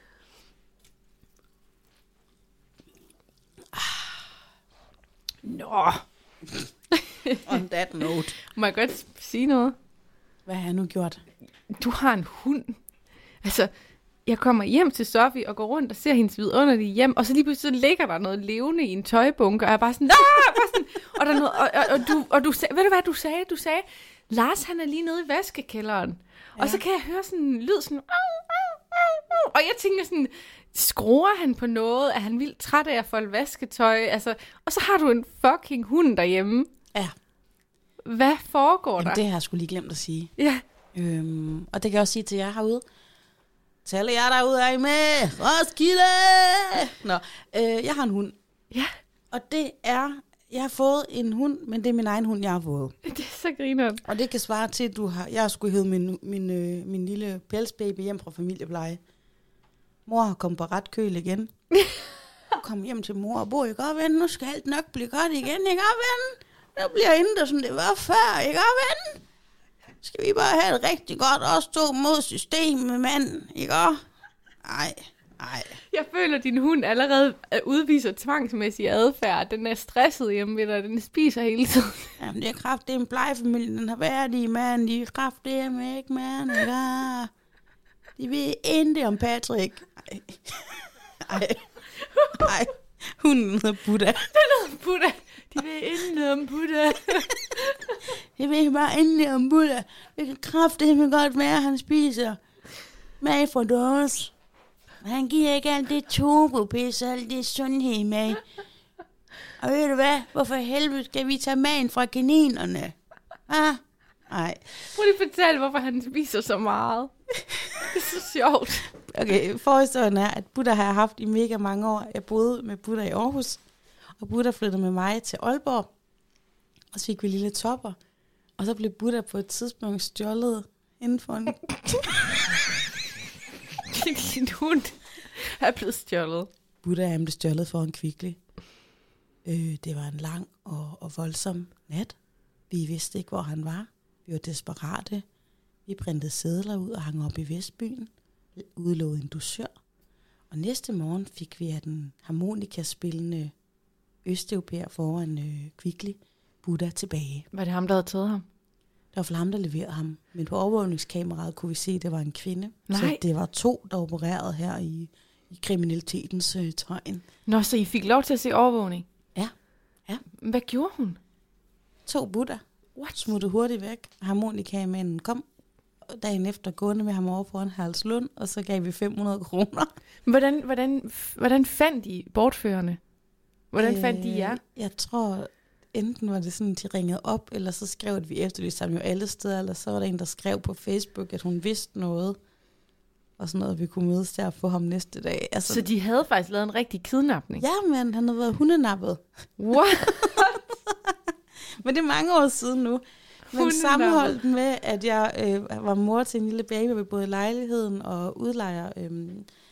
B: Nå.
A: On that note.
B: Må jeg godt sige noget?
A: Hvad har jeg nu gjort?
B: Du har en hund. Altså, jeg kommer hjem til Sofie og går rundt og ser hendes vidunderlige hjem, og så lige pludselig så ligger der noget levende i en tøjbunke, og jeg er bare sådan, Aah! Bare sådan og, der er noget, og, og, og, du, og du sagde, ved du hvad du sagde? Du sagde, Lars han er lige nede i vaskekælderen. Ja. Og så kan jeg høre sådan en lyd, sådan, og jeg tænker sådan, skruer han på noget? Er han vildt træt af at folde vasketøj? Altså, og så har du en fucking hund derhjemme.
A: Ja.
B: Hvad foregår der?
A: Jamen, det har jeg sgu lige glemt at sige.
B: Ja.
A: Øhm, og det kan jeg også sige til jer herude. Til alle jer derude, er I med? Roskilde! Nå, øh, jeg har en hund.
B: Ja.
A: Og det er, jeg har fået en hund, men det er min egen hund, jeg har fået.
B: Det er så grineren.
A: Og det kan svare til, at du har, jeg har sgu hævet min, min, øh, min lille pelsbaby hjem fra familiepleje. Mor har kommet på ret køl igen. Jeg kom hjem til mor og bor, ikke godt, ven? Nu skal alt nok blive godt igen, ikke godt, ven? Nu bliver intet, som det var før, ikke godt, ven? Skal vi bare have det rigtig godt, også to mod systemet, mand, ikke godt? Ej, ej.
B: Jeg føler, at din hund allerede udviser tvangsmæssig adfærd. Den er stresset hjemme ved dig, den spiser hele tiden.
A: Jamen, det er kraft, det er en plejefamilie, den har været i, mand. De er kraft, det er med, ikke, mand, ikke? De ved intet om Patrick. Ej, ej, ej. Hunden hedder Buddha.
B: Den hedder Buddha. De ved intet om Buddha.
A: Ja, ved bare endelig om Buddha. Det kan kraftedeme godt være, at han spiser mad fra dåse. Han giver ikke alt det turbopis og alt det sundhed med. Og ved du hvad? Hvorfor helvede skal vi tage maden fra kaninerne? Ah? Nej.
B: Prøv lige at fortælle, hvorfor han spiser så meget. Det er så sjovt.
A: Okay, forhistorien er, at Buddha har jeg haft i mega mange år. Jeg boede med Buddha i Aarhus, og Buddha flyttede med mig til Aalborg. Og så fik vi lille topper. Og så blev Buddha på et tidspunkt stjålet inden for en...
B: Din hund er blevet stjålet.
A: Buddha blev stjålet for en Kvickly. Øh, det var en lang og, og voldsom nat. Vi vidste ikke, hvor han var. Vi var desperate. Vi printede sedler ud og hang op i Vestbyen. Udelovede en dusør. Og næste morgen fik vi af den harmonikaspillende østeuropæer foran øh, Kvickly Buddha tilbage.
B: Var det ham, der havde taget ham?
A: Det var for ham, der leverede ham. Men på overvågningskameraet kunne vi se, at det var en kvinde.
B: Nej.
A: Så det var to, der opererede her i, i kriminalitetens øh, tegn.
B: Nå, så I fik lov til at se overvågning?
A: Ja. Ja.
B: Hvad gjorde hun?
A: To Buddha. What? Smuttede hurtigt væk. Harmonikamanden kom dagen efter gående med ham over foran Haraldslund, og så gav vi fem hundrede kroner.
B: Hvordan, hvordan, hvordan fandt I bortførerne? Hvordan
A: øh,
B: fandt de jer?
A: Jeg tror, enten var det sådan, de ringede op, eller så skrev at vi efterlyste ham jo alle steder, eller så var der en, der skrev på Facebook, at hun vidste noget, og sådan noget, vi kunne mødes der og få ham næste dag. Altså,
B: så de havde faktisk lavet en rigtig kidnapning?
A: Ja, men han havde været hundenappet.
B: What?
A: Men det er mange år siden nu. Men sammenholdt med, at jeg øh, var mor til en lille baby, og vi boede i lejligheden og udlejer, øh,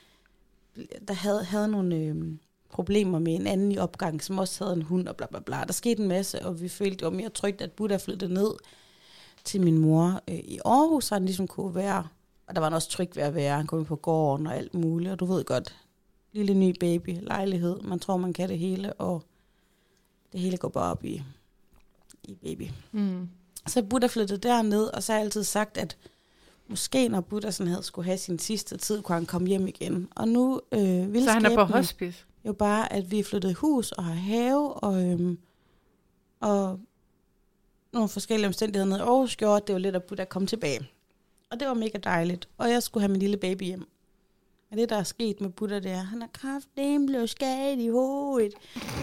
A: der havde, havde nogle øh, problemer med en anden i opgang, som også havde en hund og bla bla bla. Der skete en masse, og vi følte, det var mere trygt, at Buddha flyttede ned til min mor øh, i Aarhus, så han ligesom kunne være, og der var han også trygt ved at være, han kom ind på gården og alt muligt, og du ved godt, lille ny baby, lejlighed, man tror, man kan det hele, og det hele går bare op i, i baby.
B: Mm.
A: Så Buddha flyttede derned, og så har jeg altid sagt, at måske når Buddha sådan havde skulle have sin sidste tid, kunne han komme hjem igen. Og nu øh, vil
B: så han er på hospice?
A: Jo bare, at vi flyttede hus og har have, og, øhm, og nogle forskellige omstændigheder nede i Aarhus gjorde, at det var lidt, at Buddha kom tilbage. Og det var mega dejligt. Og jeg skulle have min lille baby hjem. Og det, der er sket med Buddha, det er, han er kraftedeme blevet skadet i hovedet.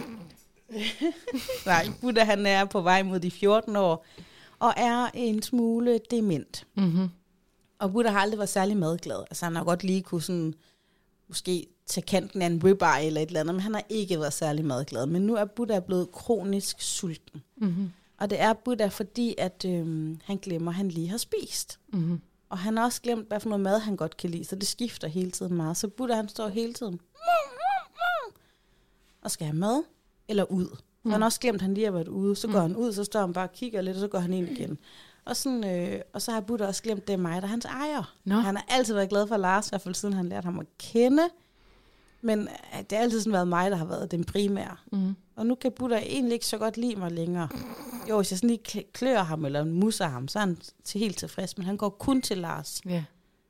A: Nej, Buddha han er på vej mod de fjorten år, og er en smule dement.
B: Mm-hmm.
A: Og Buddha har aldrig været særlig madglad. Altså han har godt lige kunne sådan, måske tage kanten af en ribeye eller et eller andet, men han har ikke været særlig madglad. Men nu er Buddha blevet kronisk sulten.
B: Mm-hmm.
A: Og det er Buddha, fordi at øhm, han glemmer, at han lige har spist.
B: Mm-hmm.
A: Og han har også glemt, hvad for noget mad han godt kan lide, så det skifter hele tiden meget. Så Buddha han står hele tiden og skal have mad eller ud. Mm. Han har også glemt, at han lige har været ude. Så går mm. han ud, så står han bare og kigger lidt, og så går han ind igen. Og, sådan, øh, og så har Buddha også glemt, det er mig, der er hans ejer.
B: No.
A: Han har altid været glad for Lars, i hvert fald siden han lærte ham at kende. Men det har altid sådan været mig, der har været den primære. Mm. Og nu kan Buddha egentlig ikke så godt lide mig længere. Jo, hvis jeg sådan lige klør ham eller musser ham, så er han til helt tilfreds. Men han går kun til Lars.
B: Yeah.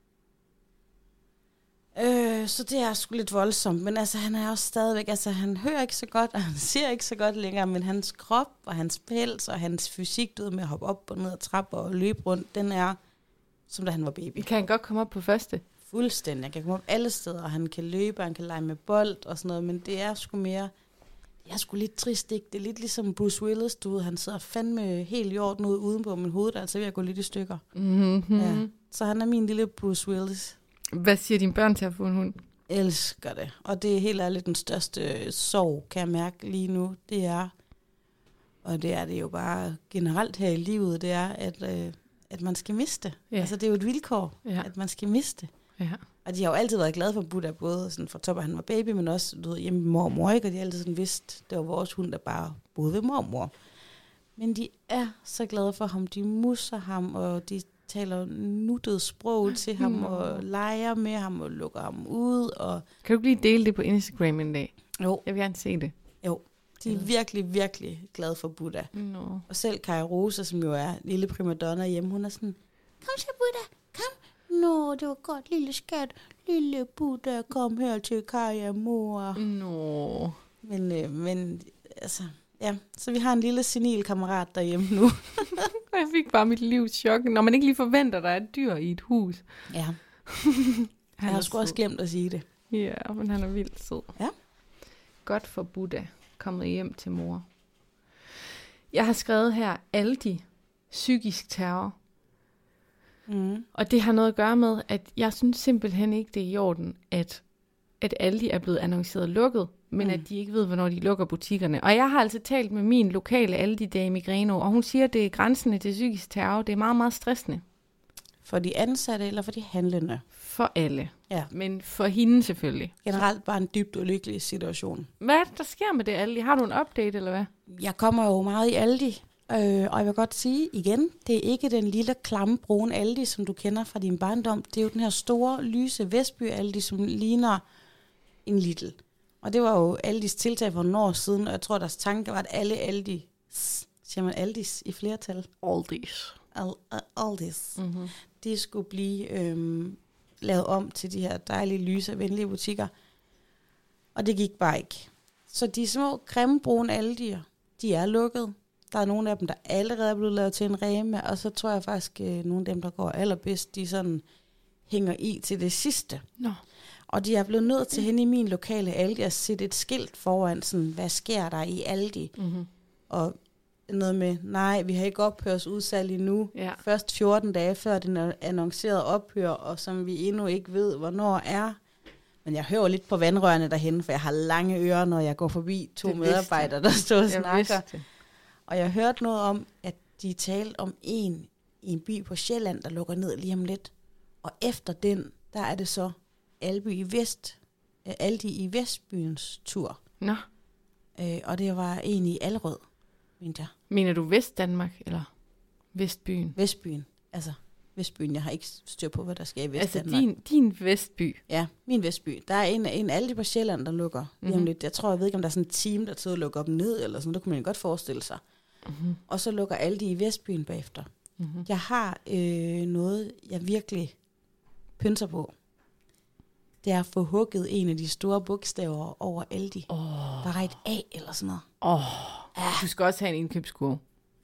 A: Øh, så det er sgu lidt voldsomt, men altså han er også stadigvæk, altså han hører ikke så godt, og han ser ikke så godt længere, men hans krop og hans pels og hans fysik, du ved, med at hoppe op og ned ad trapper og løbe rundt, den er, som da han var baby.
B: Kan han godt komme op på første?
A: Fuldstændig, han kan komme op alle steder, og han kan løbe, han kan lege med bold og sådan noget, men det er sgu mere, det er sgu lidt trist, ikke? Det er lidt ligesom Bruce Willis, du ved, han sidder fandme helt i orden ud udenpå, men hovedet er altså ved at gå lidt i stykker.
B: Mm-hmm.
A: Ja. Så han er min lille Bruce Willis.
B: Hvad siger dine børn til at få en hund?
A: Elsker det. Og det er helt ærligt den største sorg, kan jeg mærke lige nu. Det er, og det er det jo bare generelt her i livet, det er, at, øh, at man skal miste. Ja. Altså det er jo et vilkår, ja. At man skal miste.
B: Ja.
A: Og de har jo altid været glade for Buddha, både sådan fra top, at han var baby, men også du ved, hjemme med mor og mor, ikke? Og de har altid sådan vidst, det var vores hund, der bare boede ved mor og mor. Men de er så glade for ham, de musser ham, og de taler nuttet sprog til ham, mm. og leger med ham, og lukker ham ud. Og
B: kan du ikke lige dele det på Instagram en dag?
A: Jo.
B: Jeg vil gerne se det.
A: Jo, de er virkelig, virkelig glade for Buddha.
B: No.
A: Og selv Kaja Rosa, som jo er lille primadonna hjemme, hun er sådan, kom så Buddha, kom. Nå, det var godt, lille skat. Lille Buddha, kom her til Kaja, mor.
B: Nå.
A: Men, øh, men altså, Ja, så vi har en lille senil kammerat derhjemme nu.
B: Jeg fik bare mit livs chok, når man ikke lige forventer, der er et dyr i et hus.
A: Ja. Jeg har sgu også glemt at sige det.
B: Ja, men han er vildt sød.
A: Ja.
B: Godt for Buddha, kommet hjem til mor. Jeg har skrevet her, Aldi, psykisk terror.
A: Mm.
B: Og det har noget at gøre med, at jeg synes simpelthen ikke, det er i orden, at, at Aldi er blevet annonceret lukket, men mm. at de ikke ved, hvornår de lukker butikkerne. Og jeg har altså talt med min lokale Aldi-dame i Grenå, og hun siger, at det er grænsende til psykisk terror. Det er meget, meget stressende.
A: For de ansatte eller for de handlende?
B: For alle.
A: Ja.
B: Men for hende selvfølgelig.
A: Generelt bare en dybt ulykkelig situation.
B: Hvad er det, der sker med det, Aldi? Har du en update, eller hvad?
A: Jeg kommer jo meget i Aldi, øh, og jeg vil godt sige igen, det er ikke den lille klamme brune Aldi, som du kender fra din barndom. Det er jo den her store, lyse Vestby Aldi, som ligner en Lidl. Og det var jo Aldis tiltag for nogle år siden, og jeg tror, deres tanke var, at alle Aldi, siger man Aldis i flertal?
B: Aldis.
A: Al, uh, Aldis.
B: Mm-hmm.
A: De skulle blive øhm, lavet om til de her dejlige, lyse og venlige butikker. Og det gik bare ikke. Så de små, grimme, brune Aldi'er, de er lukket. Der er nogle af dem, der allerede er blevet lavet til en Rema, og så tror jeg faktisk, at nogle af dem, der går allerbedst, de sådan hænger i til det sidste.
B: Nå.
A: Og de er blevet nødt til hende i min lokale Aldi at sætte et skilt foran, sådan, hvad sker der i Aldi?
B: Mm-hmm.
A: Og noget med, nej, vi har ikke ophørsudsalg endnu.
B: Ja.
A: Først fjorten dage før den annoncerede ophør, og som vi endnu ikke ved, hvornår er. Men jeg hører lidt på vandrørene derhen, for jeg har lange ører, når jeg går forbi to
B: det
A: medarbejdere, der står og snakker.
B: Det.
A: Og jeg hørte noget om, at de talte om en i en by på Sjælland, der lukker ned lige om lidt. Og efter den, der er det så Alby i Vest, Aldi i Vestbyens tur.
B: Nå.
A: Øh, og det var en i Allerød, mente jeg.
B: Mener du Vestdanmark, eller Vestbyen?
A: Vestbyen, altså Vestbyen. Jeg har ikke styr på, hvad der sker i Vestdanmark.
B: Altså din, din Vestby?
A: Ja, min Vestby. Der er en, en Aldi på Sjælland, der lukker. Mm-hmm. Lidt. Jeg tror, jeg ved ikke, om der er sådan et team, der tager og lukker dem ned, eller sådan. Det kunne man godt forestille sig. Mm-hmm. Og så lukker Aldi i Vestbyen bagefter. Mm-hmm. Jeg har øh, noget, jeg virkelig pynser på. Det er at få hugget en af de store bogstaver over Aldi. Oh. Bare et A eller sådan noget.
B: Oh. Ah. Du skal også have en indkøbskurve.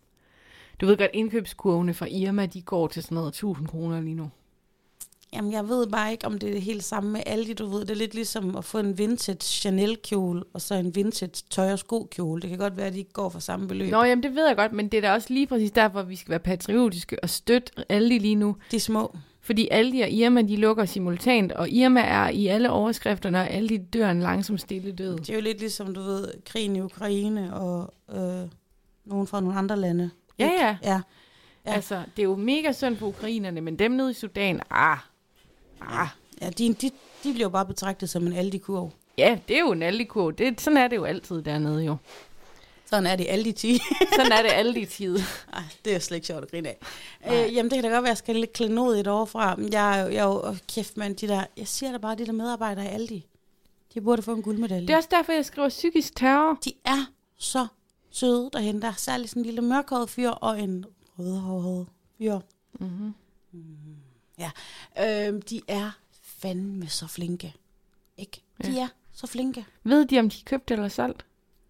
B: Du ved godt, indkøbskurvene fra Irma, de går til sådan noget tusind kroner lige nu.
A: Jamen, jeg ved bare ikke, om det er det helt samme med Aldi. Du ved, det er lidt ligesom at få en vintage Chanel-kjole, og så en vintage tøj- og sko-kjole. Det kan godt være, at de ikke går for samme beløb.
B: Nå, jamen det ved jeg godt, men det er da også lige præcis derfor, vi skal være patriotiske og støtte Aldi lige nu.
A: De små.
B: Fordi Aldi og Irma, de lukker simultant, og Irma er i alle overskrifterne, og Aldi dør en langsom stille død.
A: Det er jo lidt ligesom, du ved, krigen i Ukraine og øh, nogen fra nogle andre lande.
B: Ja, ja,
A: ja. Ja.
B: Altså, det er jo mega synd for ukrainerne, men dem nede i Sudan, ah,
A: ah. Ja, de, de, de bliver jo bare betragtet som en Aldi-kurv.
B: Ja, det er jo en Aldi-kurv. Det, sådan er det jo altid dernede, jo.
A: Sådan er det Aldi-tid.
B: Sådan er det Aldi-tid.
A: Ej, det er slet ikke sjovt at grine af. Øh, jamen, det kan da godt være, at jeg skal lidt klenodiet overfra. Men jeg er jo, jeg er jo oh, kæft, mand, de der, jeg siger da bare, de der medarbejdere i Aldi, de burde få en guldmedalje.
B: Det er også derfor, jeg skriver psykisk terror.
A: De er så søde derhen. Der er særligt sådan en lille mørkhåret fyr og en rødhåret fyr. Mm-hmm. Mm, ja, øh, de er fandme så flinke. Ikke? De ja. er så flinke.
B: Ved de, om de er købt eller solgt?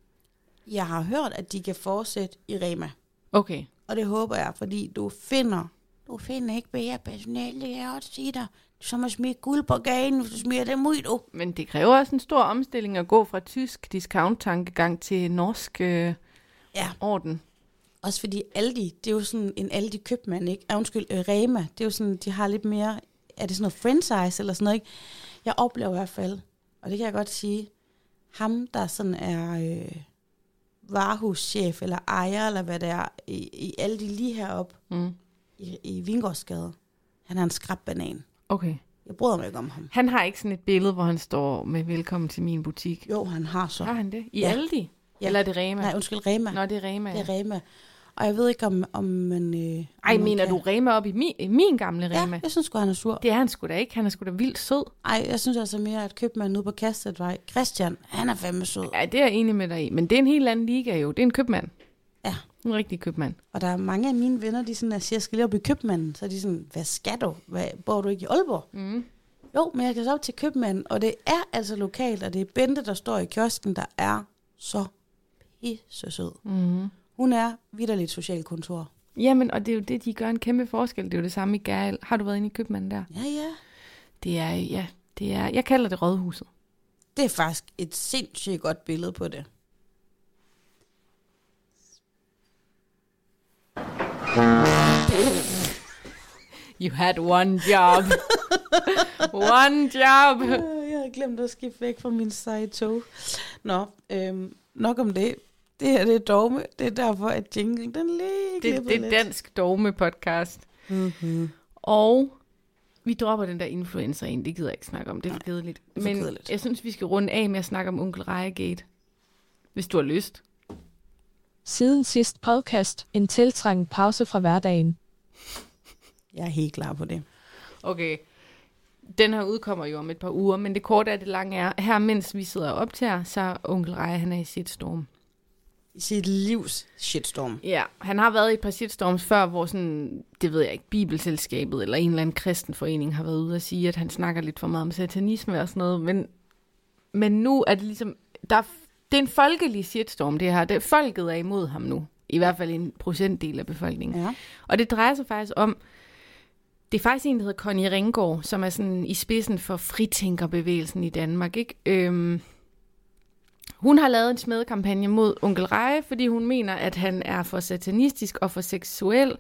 A: Jeg har hørt, at de kan fortsætte i Rema.
B: Okay.
A: Og det håber jeg, fordi du finder, du finder ikke bedre personale, det kan jeg også sige dig. Som at smide guld på gaden, hvis du smider dem ud, du.
B: Men det kræver også en stor omstilling at gå fra tysk discount-tankegang til norsk øh, ja. orden.
A: Også fordi Aldi, det er jo sådan en Aldi købmand, ikke? Ah, undskyld, øh, Rema, det er jo sådan, de har lidt mere, er det sådan noget franchise eller sådan noget, ikke? Jeg oplever i hvert fald, og det kan jeg godt sige, ham der sådan er øh, varehuschef eller ejer, eller hvad det er, i, i Aldi lige heroppe mm. i, i Vingårdsgade, han er en skrabbanan.
B: Okay.
A: Jeg bryder mig ikke om ham.
B: Han har ikke sådan et billede, hvor han står med velkommen til min butik.
A: Jo, han har så.
B: Har han det? I
A: ja.
B: Aldi? Ja. Eller er det Rema?
A: Nej, undskyld, Rema.
B: Nå, det er Rema.
A: Det er Rema. Og jeg ved ikke, om, om man... Øh,
B: Ej,
A: om man
B: mener
A: kan...
B: du Rema op i min, min gamle Rema?
A: Ja, jeg synes sgu, han er sur.
B: Det er han sgu da ikke. Han er sgu da vildt sød.
A: Ej, jeg synes altså mere, at købmanden ude på Kastetvej, Christian, han er fandme sød.
B: Ja, det er jeg enig med dig i. Men det er en helt anden liga jo. Det er en købmand.
A: Ja.
B: En rigtig købmand.
A: Og der er mange af mine venner, de sådan, at siger, jeg skal lige op i købmanden. Så er de sådan, hvad skal du? Hvad, bor du ikke i Aalborg? Mm. Jo, men jeg skal så op til købmanden. Og det er altså lokalt, og det er Bente, der står i kiosken, der er så pisse sød.
B: Mm.
A: Hun er vitterligt social kontor.
B: Jamen, og det er jo det, de gør en kæmpe forskel. Det er jo det samme i Gærl. Har du været inde i købmanden der?
A: Ja, ja.
B: Det er, ja, det er, jeg kalder det Rådhuset.
A: Det er faktisk et sindssygt godt billede på det.
B: You had one job. One job.
A: Jeg havde glemt at skifte væk fra min seje tog. Nå, øhm, nok om det. Det her, det er dogme. Det er derfor, at jinglen, den lige
B: Det, det er
A: lidt.
B: dansk dogme-podcast.
A: Mm-hmm.
B: Og vi dropper den der influencer ind. Det gider jeg ikke snakke om. Det er for kedeligt.
A: det er for
B: Men
A: kedeligt.
B: jeg synes, vi skal runde af med at snakke om Onkel Rejegate. Hvis du har lyst.
C: Siden sidst podcast, en tiltrængt pause fra hverdagen.
A: Jeg er helt klar på det.
B: Okay. Den her udkommer jo om et par uger, men det korte af det lange er, her mens vi sidder op til her, så er Onkel Reje, han er i shitstorm.
A: I sit livs shitstorm.
B: Ja, han har været i et par shitstorms før, hvor sådan, det ved jeg ikke, Bibelselskabet eller en eller anden kristen forening har været ude og sige, at han snakker lidt for meget om satanisme og sådan noget, men, men nu er det ligesom, der er, det er en folkelig shitstorm det her, det, folket er imod ham nu, i hvert fald en procentdel af befolkningen.
A: Ja.
B: Og det drejer sig faktisk om, det er faktisk en, der hedder Connie Ringgaard, som er sådan i spidsen for fritænkerbevægelsen i Danmark, ikke? Øhm, hun har lavet en smedekampagne mod Onkel Reje, fordi hun mener, at han er for satanistisk og for seksuel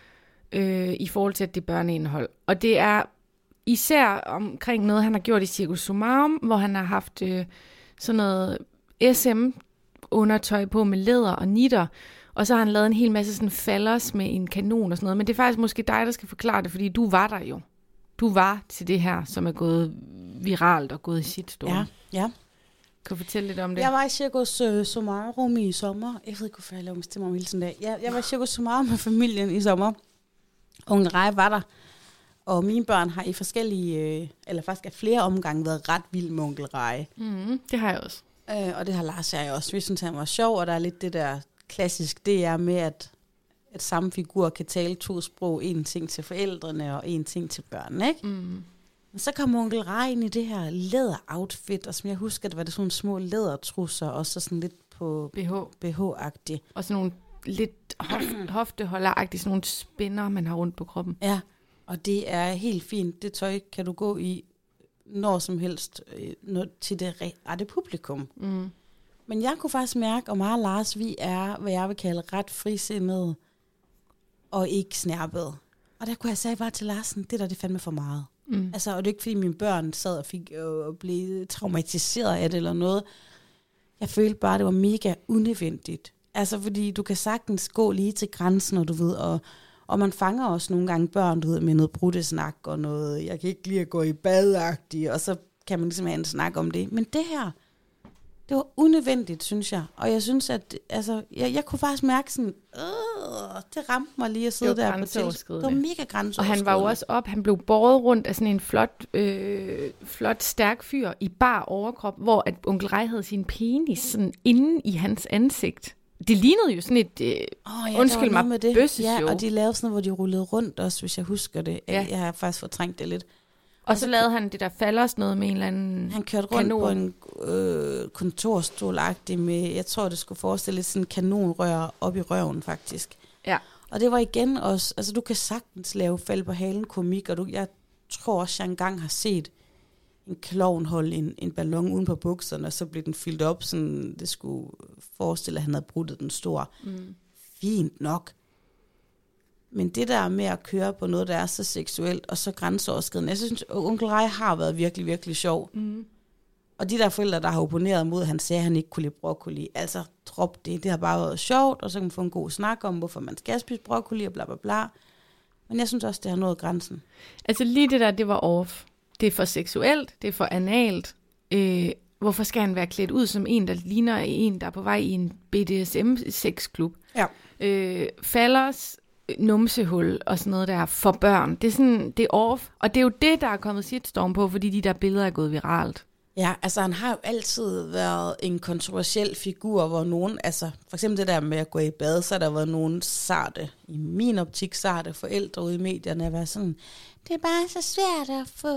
B: øh, i forhold til, at det er børneindhold. Og det er især omkring noget, han har gjort i Cirkus Sumarum, hvor han har haft øh, sådan noget S M-undertøj på med læder og nitter, og så har han lavet en hel masse sådan fallers med en kanon og sådan noget. Men det er faktisk måske dig, der skal forklare det, fordi du var der jo. Du var til det her, som er gået viralt og gået i shitstorm.
A: Ja, ja.
B: Kan du fortælle lidt om det?
A: Jeg var i Cirkus uh, Sumarum i sommer. Jeg ved ikke, hvorfor jeg laver mig stemme om hele sådan dag. Jeg, jeg var i Cirkus Sumarum med familien i sommer. Onkel Reje var der. Og mine børn har i forskellige, øh, eller faktisk af flere omgange, været ret vild med Onkel Reje.
B: Mm, det har jeg også.
A: Øh, og det har Lars og jeg også. Vi synes, han var sjov, og der er lidt det der klassisk, det er med, at, at samme figur kan tale to sprog. En ting til forældrene, og en ting til børnene, ikke?
B: Mm.
A: Men så kom Onkel Reje ind i det her læderoutfit, og som jeg husker, det var det sådan nogle små lædertrusser, og så sådan lidt på
B: B H.
A: B H-agtigt.
B: Og sådan nogle lidt hof- hofteholderagtige, sådan nogle spænder, man har rundt på kroppen.
A: Ja, og det er helt fint. Det tøj kan du gå i når som helst øh, når, til det rette publikum.
B: Mm.
A: Men jeg kunne faktisk mærke, og mig og Lars, vi er, hvad jeg vil kalde, ret frisindede og ikke snærpede. Og der kunne jeg sige bare til Larsen, det der, det fandme for meget.
B: Mm.
A: Altså, og det er ikke, fordi mine børn sad og fik øh, og blev traumatiseret af det eller noget. Jeg følte bare, det var mega unødvendigt. Altså, fordi du kan sagtens gå lige til grænsen, og du ved, og, og man fanger også nogle gange børn, du ved, med noget bruttesnak og noget, jeg kan ikke lide at gå i badagtigt, og så kan man ligesom have en snak om det. Men det her, det var unødvendigt, synes jeg. Og jeg synes, at altså, jeg, jeg kunne faktisk mærke sådan, øh, det ramte mig lige at sidde der på til. Det var mega grænseoverskridende.
B: Og han var jo også op, han blev båret rundt af sådan en flot, øh, flot stærk fyr i bar overkrop, hvor at Onkel Reje havde sin penis sådan inde i hans ansigt. Det lignede jo sådan et, øh,
A: oh, ja,
B: undskyld mig,
A: med det.
B: bøsseshow.
A: Ja, og de lavede sådan noget, hvor de rullede rundt også, hvis jeg husker det.
B: Ja.
A: Jeg har faktisk fortrængt det lidt.
B: Og så lavede han det der fallers noget med en eller anden
A: Han kørte rundt
B: kanon.
A: på en øh, kontorstol-agtig med, jeg tror, det skulle forestille lidt sådan en kanonrør op i røven, faktisk.
B: Ja.
A: Og det var igen også, altså du kan sagtens lave fald på halen komik, og du, jeg tror også, jeg engang har set en klovn holde en, en ballon uden på bukserne, og så blev den fyldt op, sådan det skulle forestille, at han havde bruttet den store.
B: Mm.
A: Fint nok. Men det der med at køre på noget, der er så seksuelt og så grænseoverskridende, jeg synes, Onkel Reje har været virkelig, virkelig sjov.
B: Mm.
A: Og de der forældre, der har opponeret mod, han sagde, at han ikke kunne lide broccoli. Altså, drop det. Det har bare været sjovt, og så kan man få en god snak om, hvorfor man skal spise broccoli og bla bla bla. Men jeg synes også, det har nået grænsen.
B: Altså lige det der, det var off. Det er for seksuelt, det er for analt. Øh, hvorfor skal han være klædt ud som en, der ligner en, der er på vej i en B D S M-sexklub?
A: Ja.
B: Øh, fallers, numsehul og sådan noget der for børn. Det er sådan, det er off. Og det er jo det, der er kommet shitstorm på, fordi de der billeder er gået viralt.
A: Ja, altså han har jo altid været en kontroversiel figur, hvor nogen, altså for eksempel det der med at gå i bad, så har der været nogen sarte, i min optik sarte forældre ude i medierne, at være sådan, det er bare så svært at få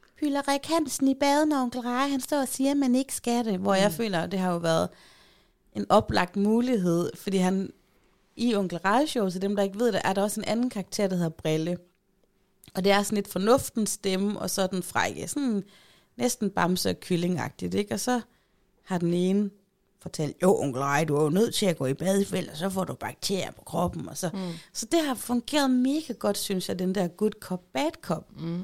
A: Hyller Rik Hansen i bad, når Onkel Reje, han står og siger, at man ikke skal det. Hvor mm. jeg føler, at det har jo været en oplagt mulighed, fordi han i Onkel Reje Show, til dem, der ikke ved det, er der også en anden karakter, der hedder Brille. Og det er sådan lidt fornuftens stemme, og så er den frække, sådan næsten bamse- og kyllingagtigt, ikke? Og så har den ene fortalt, jo, Onkel Reje, du er jo nødt til at gå i bad i fælde, og så får du bakterier på kroppen. Og så. Mm. så det har fungeret mega godt, synes jeg, den der good cop, bad cop. Mm.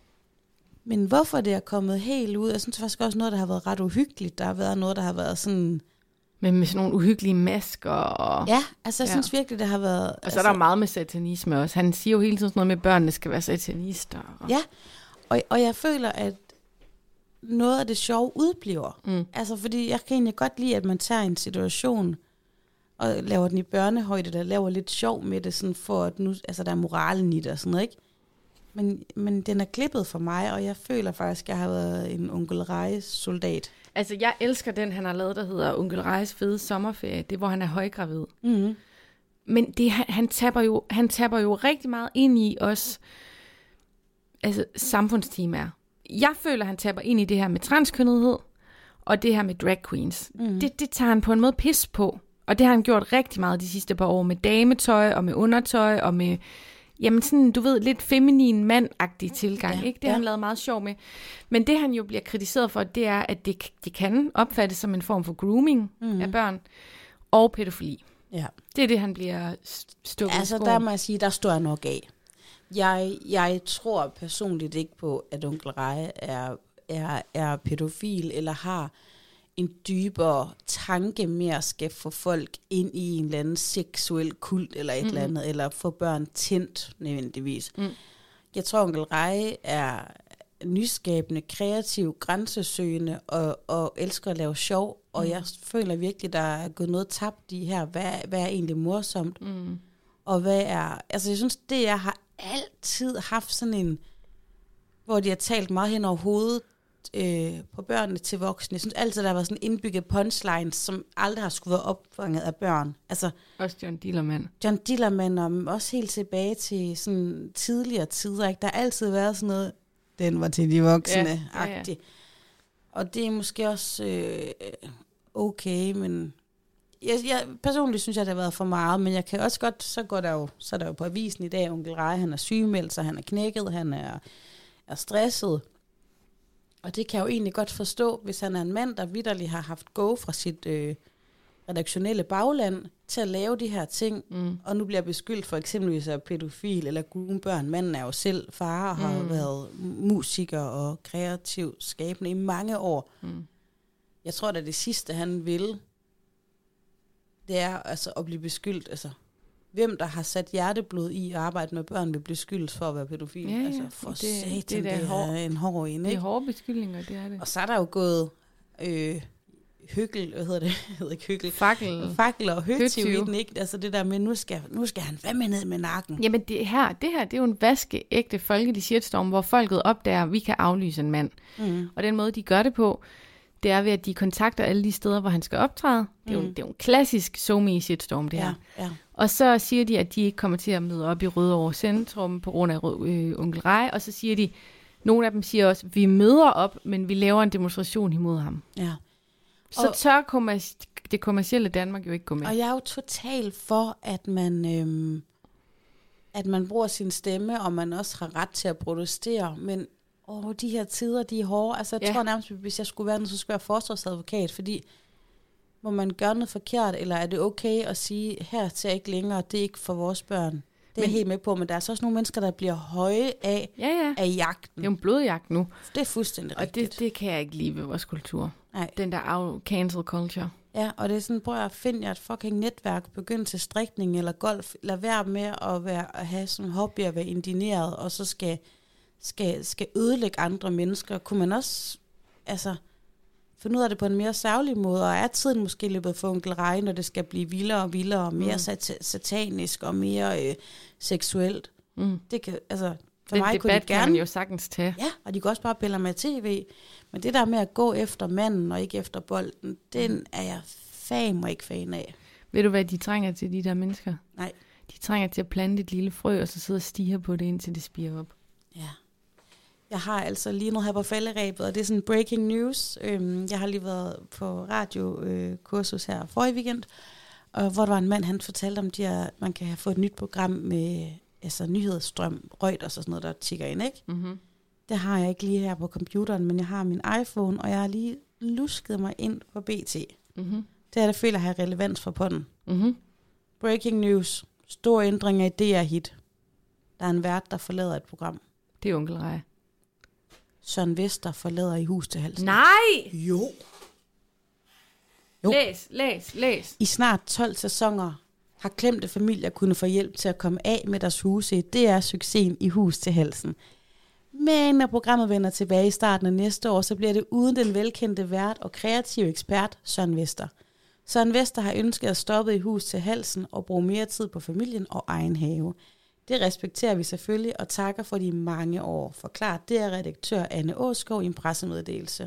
A: Men hvorfor det er kommet helt ud, jeg synes faktisk også noget, der har været ret uhyggeligt. Der har været noget, der har været sådan...
B: Men med sådan nogle uhyggelige masker. Og...
A: Ja, altså jeg
B: ja.
A: synes virkelig, det har været...
B: Og så
A: altså...
B: er der meget med satanisme også. Han siger jo hele tiden sådan noget med, at børnene skal være satanister. Og...
A: Ja, og, og jeg føler, at noget af det sjove udbliver. Mm. Altså, fordi jeg kan egentlig godt lide, at man tager en situation og laver den i børnehøjde, der laver lidt sjov med det, sådan for at nu, altså der er moralen i det og sådan noget, ikke? Men, men den er klippet for mig, og jeg føler faktisk, at jeg har været en Onkel Rejes soldat.
B: Altså, jeg elsker den, han har lavet, der hedder Onkel Rejes fede sommerferie. Det er, hvor han er højgravid. Mm-hmm. Men det, han, han, tapper jo, han tapper jo rigtig meget ind i os altså, samfundstemaer. Jeg føler, han tapper ind i det her med transkønnethed, og det her med drag queens. Mm. Det, det tager han på en måde pis på. Og det har han gjort rigtig meget de sidste par år med dametøj, og med undertøj, og med, jamen sådan, du ved, lidt feminin mand-agtig tilgang. Ja, ikke? Det har ja. han lavet meget sjov med. Men det, han jo bliver kritiseret for, det er, at det, det kan opfattes som en form for grooming mm. af børn, og pædofili. Ja. Det er det, han bliver stukket
A: altså,
B: i skoen.
A: Der må jeg sige, der står jeg nok af. Jeg, jeg tror personligt ikke på, at Onkel Reje er, er, er pædofil, eller har en dybere tanke med at skal få folk ind i en eller anden seksuel kult, eller et mm-hmm. eller andet, eller få børn tændt nødvendigvis. Mm. Jeg tror, Onkel Reje er nyskabende, kreativ, grænsesøgende, og, og elsker at lave sjov, og mm. jeg føler virkelig, der er gået noget tabt i her. Hvad, hvad er egentlig morsomt? Mm. Og hvad er... Altså, jeg synes, det jeg har altid haft sådan en, hvor de har talt meget hen over hovedet øh, på børnene til voksne. Jeg synes altid, der har været sådan indbygget punchlines, som aldrig har skulle være opfanget af børn. Altså,
B: også John Dillermand.
A: John Dillermand, og også helt tilbage til sådan tidligere tider. Ikke? Der har altid været sådan noget, den var til de voksne, ja, ja, ja. Og det er måske også øh, okay, men... Jeg, jeg, personligt synes jeg, det har været for meget, men jeg kan også godt, så går der jo, så er der jo på avisen i dag, Onkel Reje, han er sygemeldt, så han er knækket, han er, er stresset. Og det kan jeg jo egentlig godt forstå, hvis han er en mand, der vitterligt har haft go fra sit øh, redaktionelle bagland til at lave de her ting, mm. og nu bliver beskyldt for eksempelvis af pædofil eller groom-børn. Manden er jo selv far og har mm. været musiker og kreativ skabende i mange år. Mm. Jeg tror, at det sidste, han vil, det er altså at blive beskyldt, altså hvem der har sat hjerteblod i at arbejde med børn, vil blive skyldt for at være pædofil.
B: Ja, ja.
A: Altså for
B: det,
A: satan,
B: det,
A: det, det er hård, en hård en, ikke?
B: Det er hårde beskyldninger, det er det.
A: Og så er der jo gået øh, hykkel, hvad hedder det? hedder ikke hykkel.
B: Fakkel.
A: Fakkel og høtyv i den, ikke? Altså det der med, nu skal, nu skal han fandme ned med nakken.
B: Jamen det her, det her, det er jo en vaskeægte folkelig shitstorm, hvor folket opdager, at vi kan aflyse en mand. Mm. Og den måde, de gør det på, det er ved, at de kontakter alle de steder, hvor han skal optræde. Det er jo, mm. det er jo en klassisk SoMe shitstorm, det her. Ja, ja. Og så siger de, at de ikke kommer til at møde op i Rødovre Centrum på grund af øh, Onkel Reje. Og så siger de, nogle af dem siger også, at vi møder op, men vi laver en demonstration imod ham. Ja. Så og, tør kommers- det kommercielle Danmark jo ikke gå med.
A: Og jeg er jo totalt for, at man, øhm, at man bruger sin stemme, og man også har ret til at protestere, men åh, de her tider, de er hårde. Altså, jeg ja. tror nærmest, hvis jeg skulle være den, så skulle jeg være forsvarsadvokat, fordi må man gøre noget forkert, eller er det okay at sige, her til jeg ikke længere, det er ikke for vores børn. Det er men, jeg helt med på, men der er så også nogle mennesker, der bliver høje af,
B: ja, ja.
A: af jagten.
B: Det er jo en blodjagt nu.
A: Det er fuldstændig
B: og
A: rigtigt.
B: Og det, det kan jeg ikke lide ved vores kultur. Nej. Den der cancel culture.
A: Ja, og det er sådan, prøv at finde jer et fucking netværk, begynd til strikning eller golf, lad være med at, være, at have sådan en hobby at være indineret, og så skal... Skal, skal ødelægge andre mennesker, kunne man også altså, finde ud af det på en mere særlig måde, og er tiden måske løbet for Onkel Reje, når det skal blive vildere og vildere, og mere mm. sat- satanisk og mere øh, seksuelt. Mm. Det kan, altså, for
B: den
A: mig kunne de gerne...
B: kan man jo sagtens tage.
A: Ja, og de kan også bare pille med tv, men det der med at gå efter manden og ikke efter bolden, den mm. er jeg fandme ikke fan af.
B: Ved du, hvad de trænger til, de der mennesker?
A: Nej.
B: De trænger til at plante et lille frø, og så sidde og stige på det, indtil det spirer op.
A: Ja. Jeg har altså lige noget her på falderæbet, og det er sådan breaking news. Øhm, jeg har lige været på radiokursus øh, her forrige weekend, og hvor der var en mand, han fortalte om, at man kan få et nyt program med altså, nyhedsstrøm, Reuters og sådan noget, der tikker ind, ikke?
B: Mm-hmm.
A: Det har jeg ikke lige her på computeren, men jeg har min iPhone, og jeg har lige lusket mig ind på B T.
B: Mm-hmm.
A: Det er det, føler jeg har relevans for podden.
B: Mm-hmm.
A: Breaking news. Store ændringer i D R-hit. Der er en vært, der forlader et program.
B: Det er onkel Rej.
A: Søren Vester forlader I hus til halsen.
B: Nej!
A: Jo. Jo.
B: Læs, læs, læs.
A: I snart tolv sæsoner har klemte familier kunnet få hjælp til at komme af med deres huse. Det er succesen I hus til halsen. Men når programmet vender tilbage i starten af næste år, så bliver det uden den velkendte vært og kreative ekspert Søren Vester. Søren Vester har ønsket at stoppe I hus til halsen og bruge mere tid på familien og egen have. Det respekterer vi selvfølgelig og takker for de mange år. Forklart, det er redaktør Anne Åskov i en pressemeddelelse.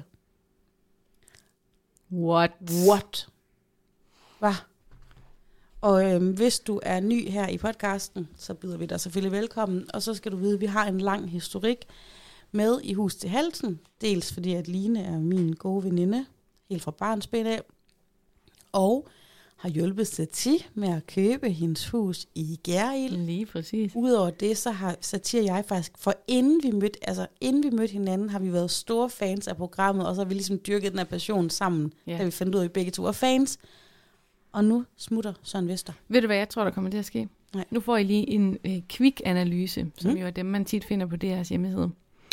B: What?
A: What? Hvad? Og øhm, hvis du er ny her i podcasten, så byder vi dig selvfølgelig velkommen. Og så skal du vide, at vi har en lang historik med I hus til halsen. Dels fordi, at Line er min gode veninde, helt fra barnsben af. Og har hjulpet Satie med at købe hendes hus i Gjerrild.
B: Lige præcis. Udover
A: det, så har Satie og jeg faktisk, for inden vi mødte, altså inden vi mødte hinanden, har vi været store fans af programmet, og så har vi ligesom dyrket den her passion sammen, yeah. da vi fandt ud af, at vi begge to var fans. Og nu smutter Søren Vester.
B: Ved du, hvad jeg tror, der kommer til at ske?
A: Nej.
B: Nu får I lige en øh, quick-analyse, som mm. jo er dem, man tit finder på D R's hjemmeside.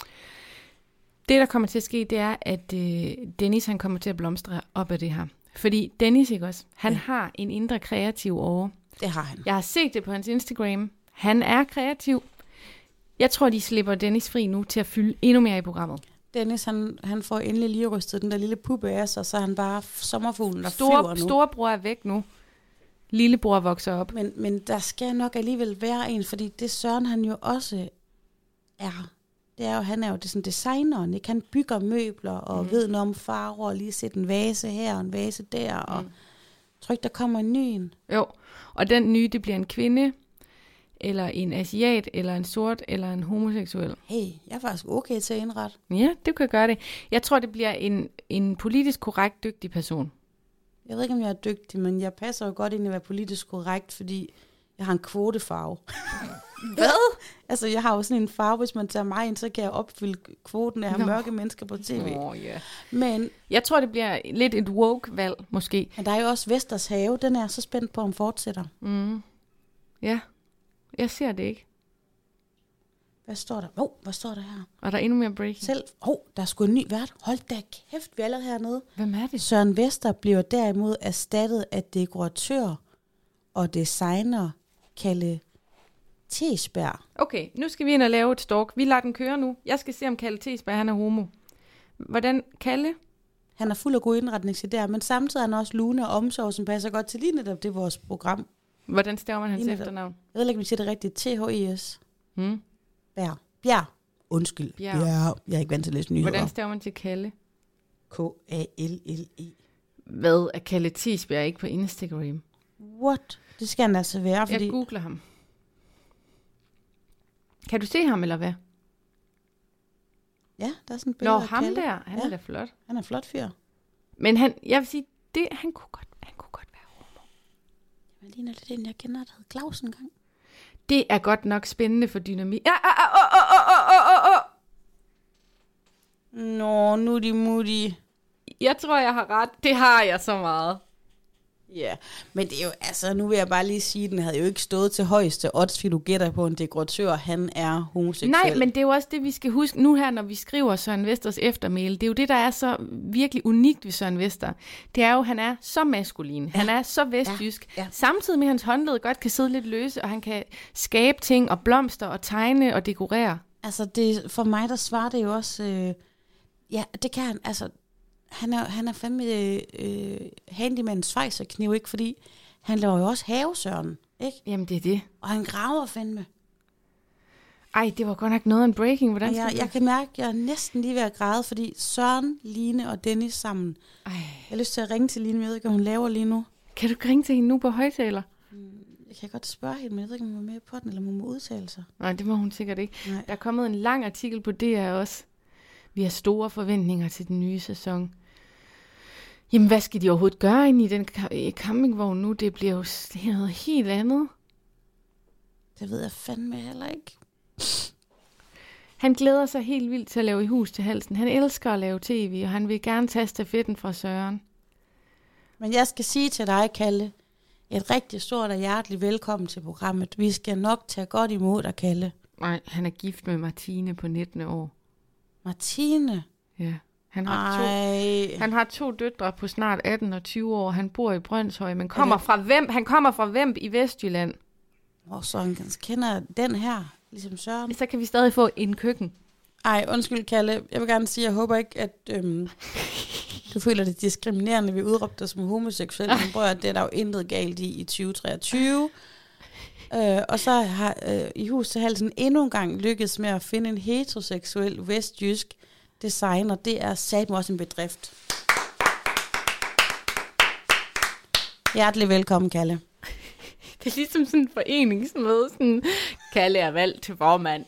B: Det, der kommer til at ske, det er, at øh, Dennis han kommer til at blomstre op af det her. Fordi Dennis, ikke også, han ja. har en indre kreativ åre.
A: Det har han.
B: Jeg har set det på hans Instagram. Han er kreativ. Jeg tror, de slipper Dennis fri nu til at fylde endnu mere i programmet.
A: Dennis, han, han får endelig lige rystet den der lille puppe af sig, så er han bare sommerfuglen, der
B: Store,
A: flyver nu.
B: Storebror er væk nu. Lillebror vokser op.
A: Men, men der skal nok alligevel være en, fordi det Søren han jo også er. Det er jo, han er jo det sådan designeren, ikke? Han bygger møbler og mm. ved noget om farver, og lige sætte en vase her og en vase der, og mm. tryk, der kommer en ny en.
B: Jo, og den nye, det bliver en kvinde, eller en asiat, eller en sort, eller en homoseksuel.
A: Hey, jeg er faktisk okay til at indrette.
B: Ja, det kan gøre det. Jeg tror, det bliver en, en politisk korrekt, dygtig person.
A: Jeg ved ikke, om jeg er dygtig, men jeg passer jo godt ind i at være politisk korrekt, fordi jeg har en kvotefarve.
B: Hvad?
A: Altså, jeg har jo sådan en farve, hvis man tager mig ind, så kan jeg opfylde kvoten af no. mørke mennesker på tv.
B: Oh, yeah.
A: Men
B: jeg tror, det bliver lidt et woke-valg, måske.
A: Men der er jo også Vesters Have, den er så spændt på, om fortsætter.
B: Mm. Ja, jeg ser det ikke.
A: Hvad står der? Åh, oh, hvad står der her?
B: Og der er endnu mere breaking.
A: Selv, åh, oh, der er sgu en ny vært. Hold da kæft, vi er allerede hernede.
B: Hvem er det?
A: Søren Vester bliver derimod erstattet af dekoratør og designer Kalle Tesberg.
B: Okay, nu skal vi ind og lave et stalk. Vi lader den køre nu. Jeg skal se, om Kalle Tesberg, han er homo. Hvordan Kalle?
A: Han er fuld af gode indretningsidéer, men samtidig er han også lune og omsorg, som passer godt til lige netop det vores program.
B: Hvordan staver man hans efternavn?
A: Jeg ved ikke, om vi siger det rigtigt. T H E S.
B: Hmm?
A: Bjerg. Bjerg. Undskyld.
B: Bjerg.
A: Bjerg. Jeg er ikke vant til at læse nyheder.
B: Hvordan staver man til Kalle?
A: K A L L E.
B: Hvad er Kalle Tesberg ikke på Instagram?
A: What? Det skal han altså være, fordi...
B: Jeg googler ham. Kan du se ham, eller hvad?
A: Ja, der er sådan et billede.
B: Nå, ham Kalle. Der, han ja. er da flot.
A: Han er flot fyr.
B: Men han, jeg vil sige, det, han, kunne godt, han kunne godt være homo.
A: Jeg ligner lidt en, jeg kender, der hed Claus engang.
B: Det er godt nok spændende for dynamik. Ah, ah, ah, oh, oh, oh, oh, oh.
A: Nå, nutti mutti.
B: Jeg tror, jeg har ret. Det har jeg så meget.
A: Ja, yeah. Men det er jo, altså, nu vil jeg bare lige sige, den havde jo ikke stået til højeste odds, fordi du gætter på en dekoratør, han er homoseksuel.
B: Nej, men det er jo også det, vi skal huske nu her, når vi skriver Søren Vesters eftermæle. Det er jo det, der er så virkelig unikt ved Søren Vester. Det er jo, han er så maskulin. Ja. Han er så vestjysk. Ja. Ja. Samtidig med, at hans håndled godt kan sidde lidt løse, og han kan skabe ting og blomster og tegne og dekorere.
A: Altså, det, for mig, der svarer det jo også... Øh, ja, det kan han, altså... Han er, han er fandme øh, handymandens svejserkniv, ikke? Fordi han laver jo også havesøren, ikke?
B: Jamen, det er det.
A: Og han graver fandme.
B: Ej, det var godt nok noget af en breaking. Hvordan
A: jeg, jeg kan mærke, at jeg er næsten lige ved at græde, fordi Søren, Line og Dennis sammen. Ej. Jeg har lyst til at ringe til Line, men jeg ved ikke, hvad hun laver lige nu.
B: Kan du ringe til hende nu på højtaler?
A: Jeg kan godt spørge hende, men jeg ved ikke, om hun er med på den, eller om hun må udtale sig.
B: Nej, det må hun sikkert ikke.
A: Nej.
B: Der er kommet en lang artikel på D R også. Vi har store forventninger til den nye sæson. Jamen, hvad skal de overhovedet gøre inde i den campingvogn nu? Det bliver jo noget helt andet.
A: Det ved jeg fandme heller ikke.
B: Han glæder sig helt vildt til at lave I hus til halsen. Han elsker at lave tv, og han vil gerne tage stafetten fra Søren.
A: Men jeg skal sige til dig, Kalle, et rigtig stort og hjerteligt velkommen til programmet. Vi skal nok tage godt imod dig, Kalle.
B: Nej, han er gift med Martine på nitten år.
A: Martine?
B: Ja. Han har, to, han har to døtre på snart atten og tyve år. Han bor i Brøndshøj, men kommer fra Vemb. Han kommer fra Vemb i Vestjylland.
A: Hvor så han kender den her, ligesom Søren.
B: Så kan vi stadig få en køkken.
A: Ej, undskyld Kalle. Jeg vil gerne sige, jeg håber ikke, at øhm, du føler det diskriminerende, vi udråbte dig som homoseksuel. Men prøv at det er der jo intet galt i i tyve treogtyve. Øh, og så har øh, I hus til halsen endnu en gang lykkedes med at finde en heteroseksuel vestjysk designer. Det er satme også en bedrift. Hjertelig velkommen, Kalle.
B: Det er ligesom sådan en foreningsmøde. Sådan, Kalle er valgt til formand.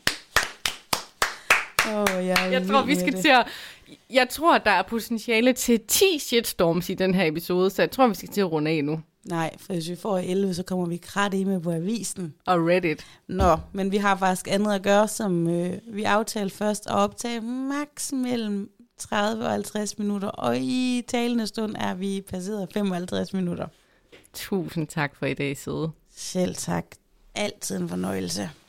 A: Oh, jeg,
B: jeg tror, vi skal til at... Jeg tror, der er potentiale til ti shitstorms i den her episode, så jeg tror, vi skal til at runde af nu.
A: Nej, for hvis vi får elleve, så kommer vi krat i med på avisen.
B: Og Reddit.
A: Nå, men vi har faktisk andet at gøre, som øh, vi aftalte først at optage maks mellem tredive og halvtreds minutter, og i talende stund er vi passeret femoghalvtreds minutter.
B: Tusind tak for i dag, Søde.
A: Selv tak. Altid en fornøjelse.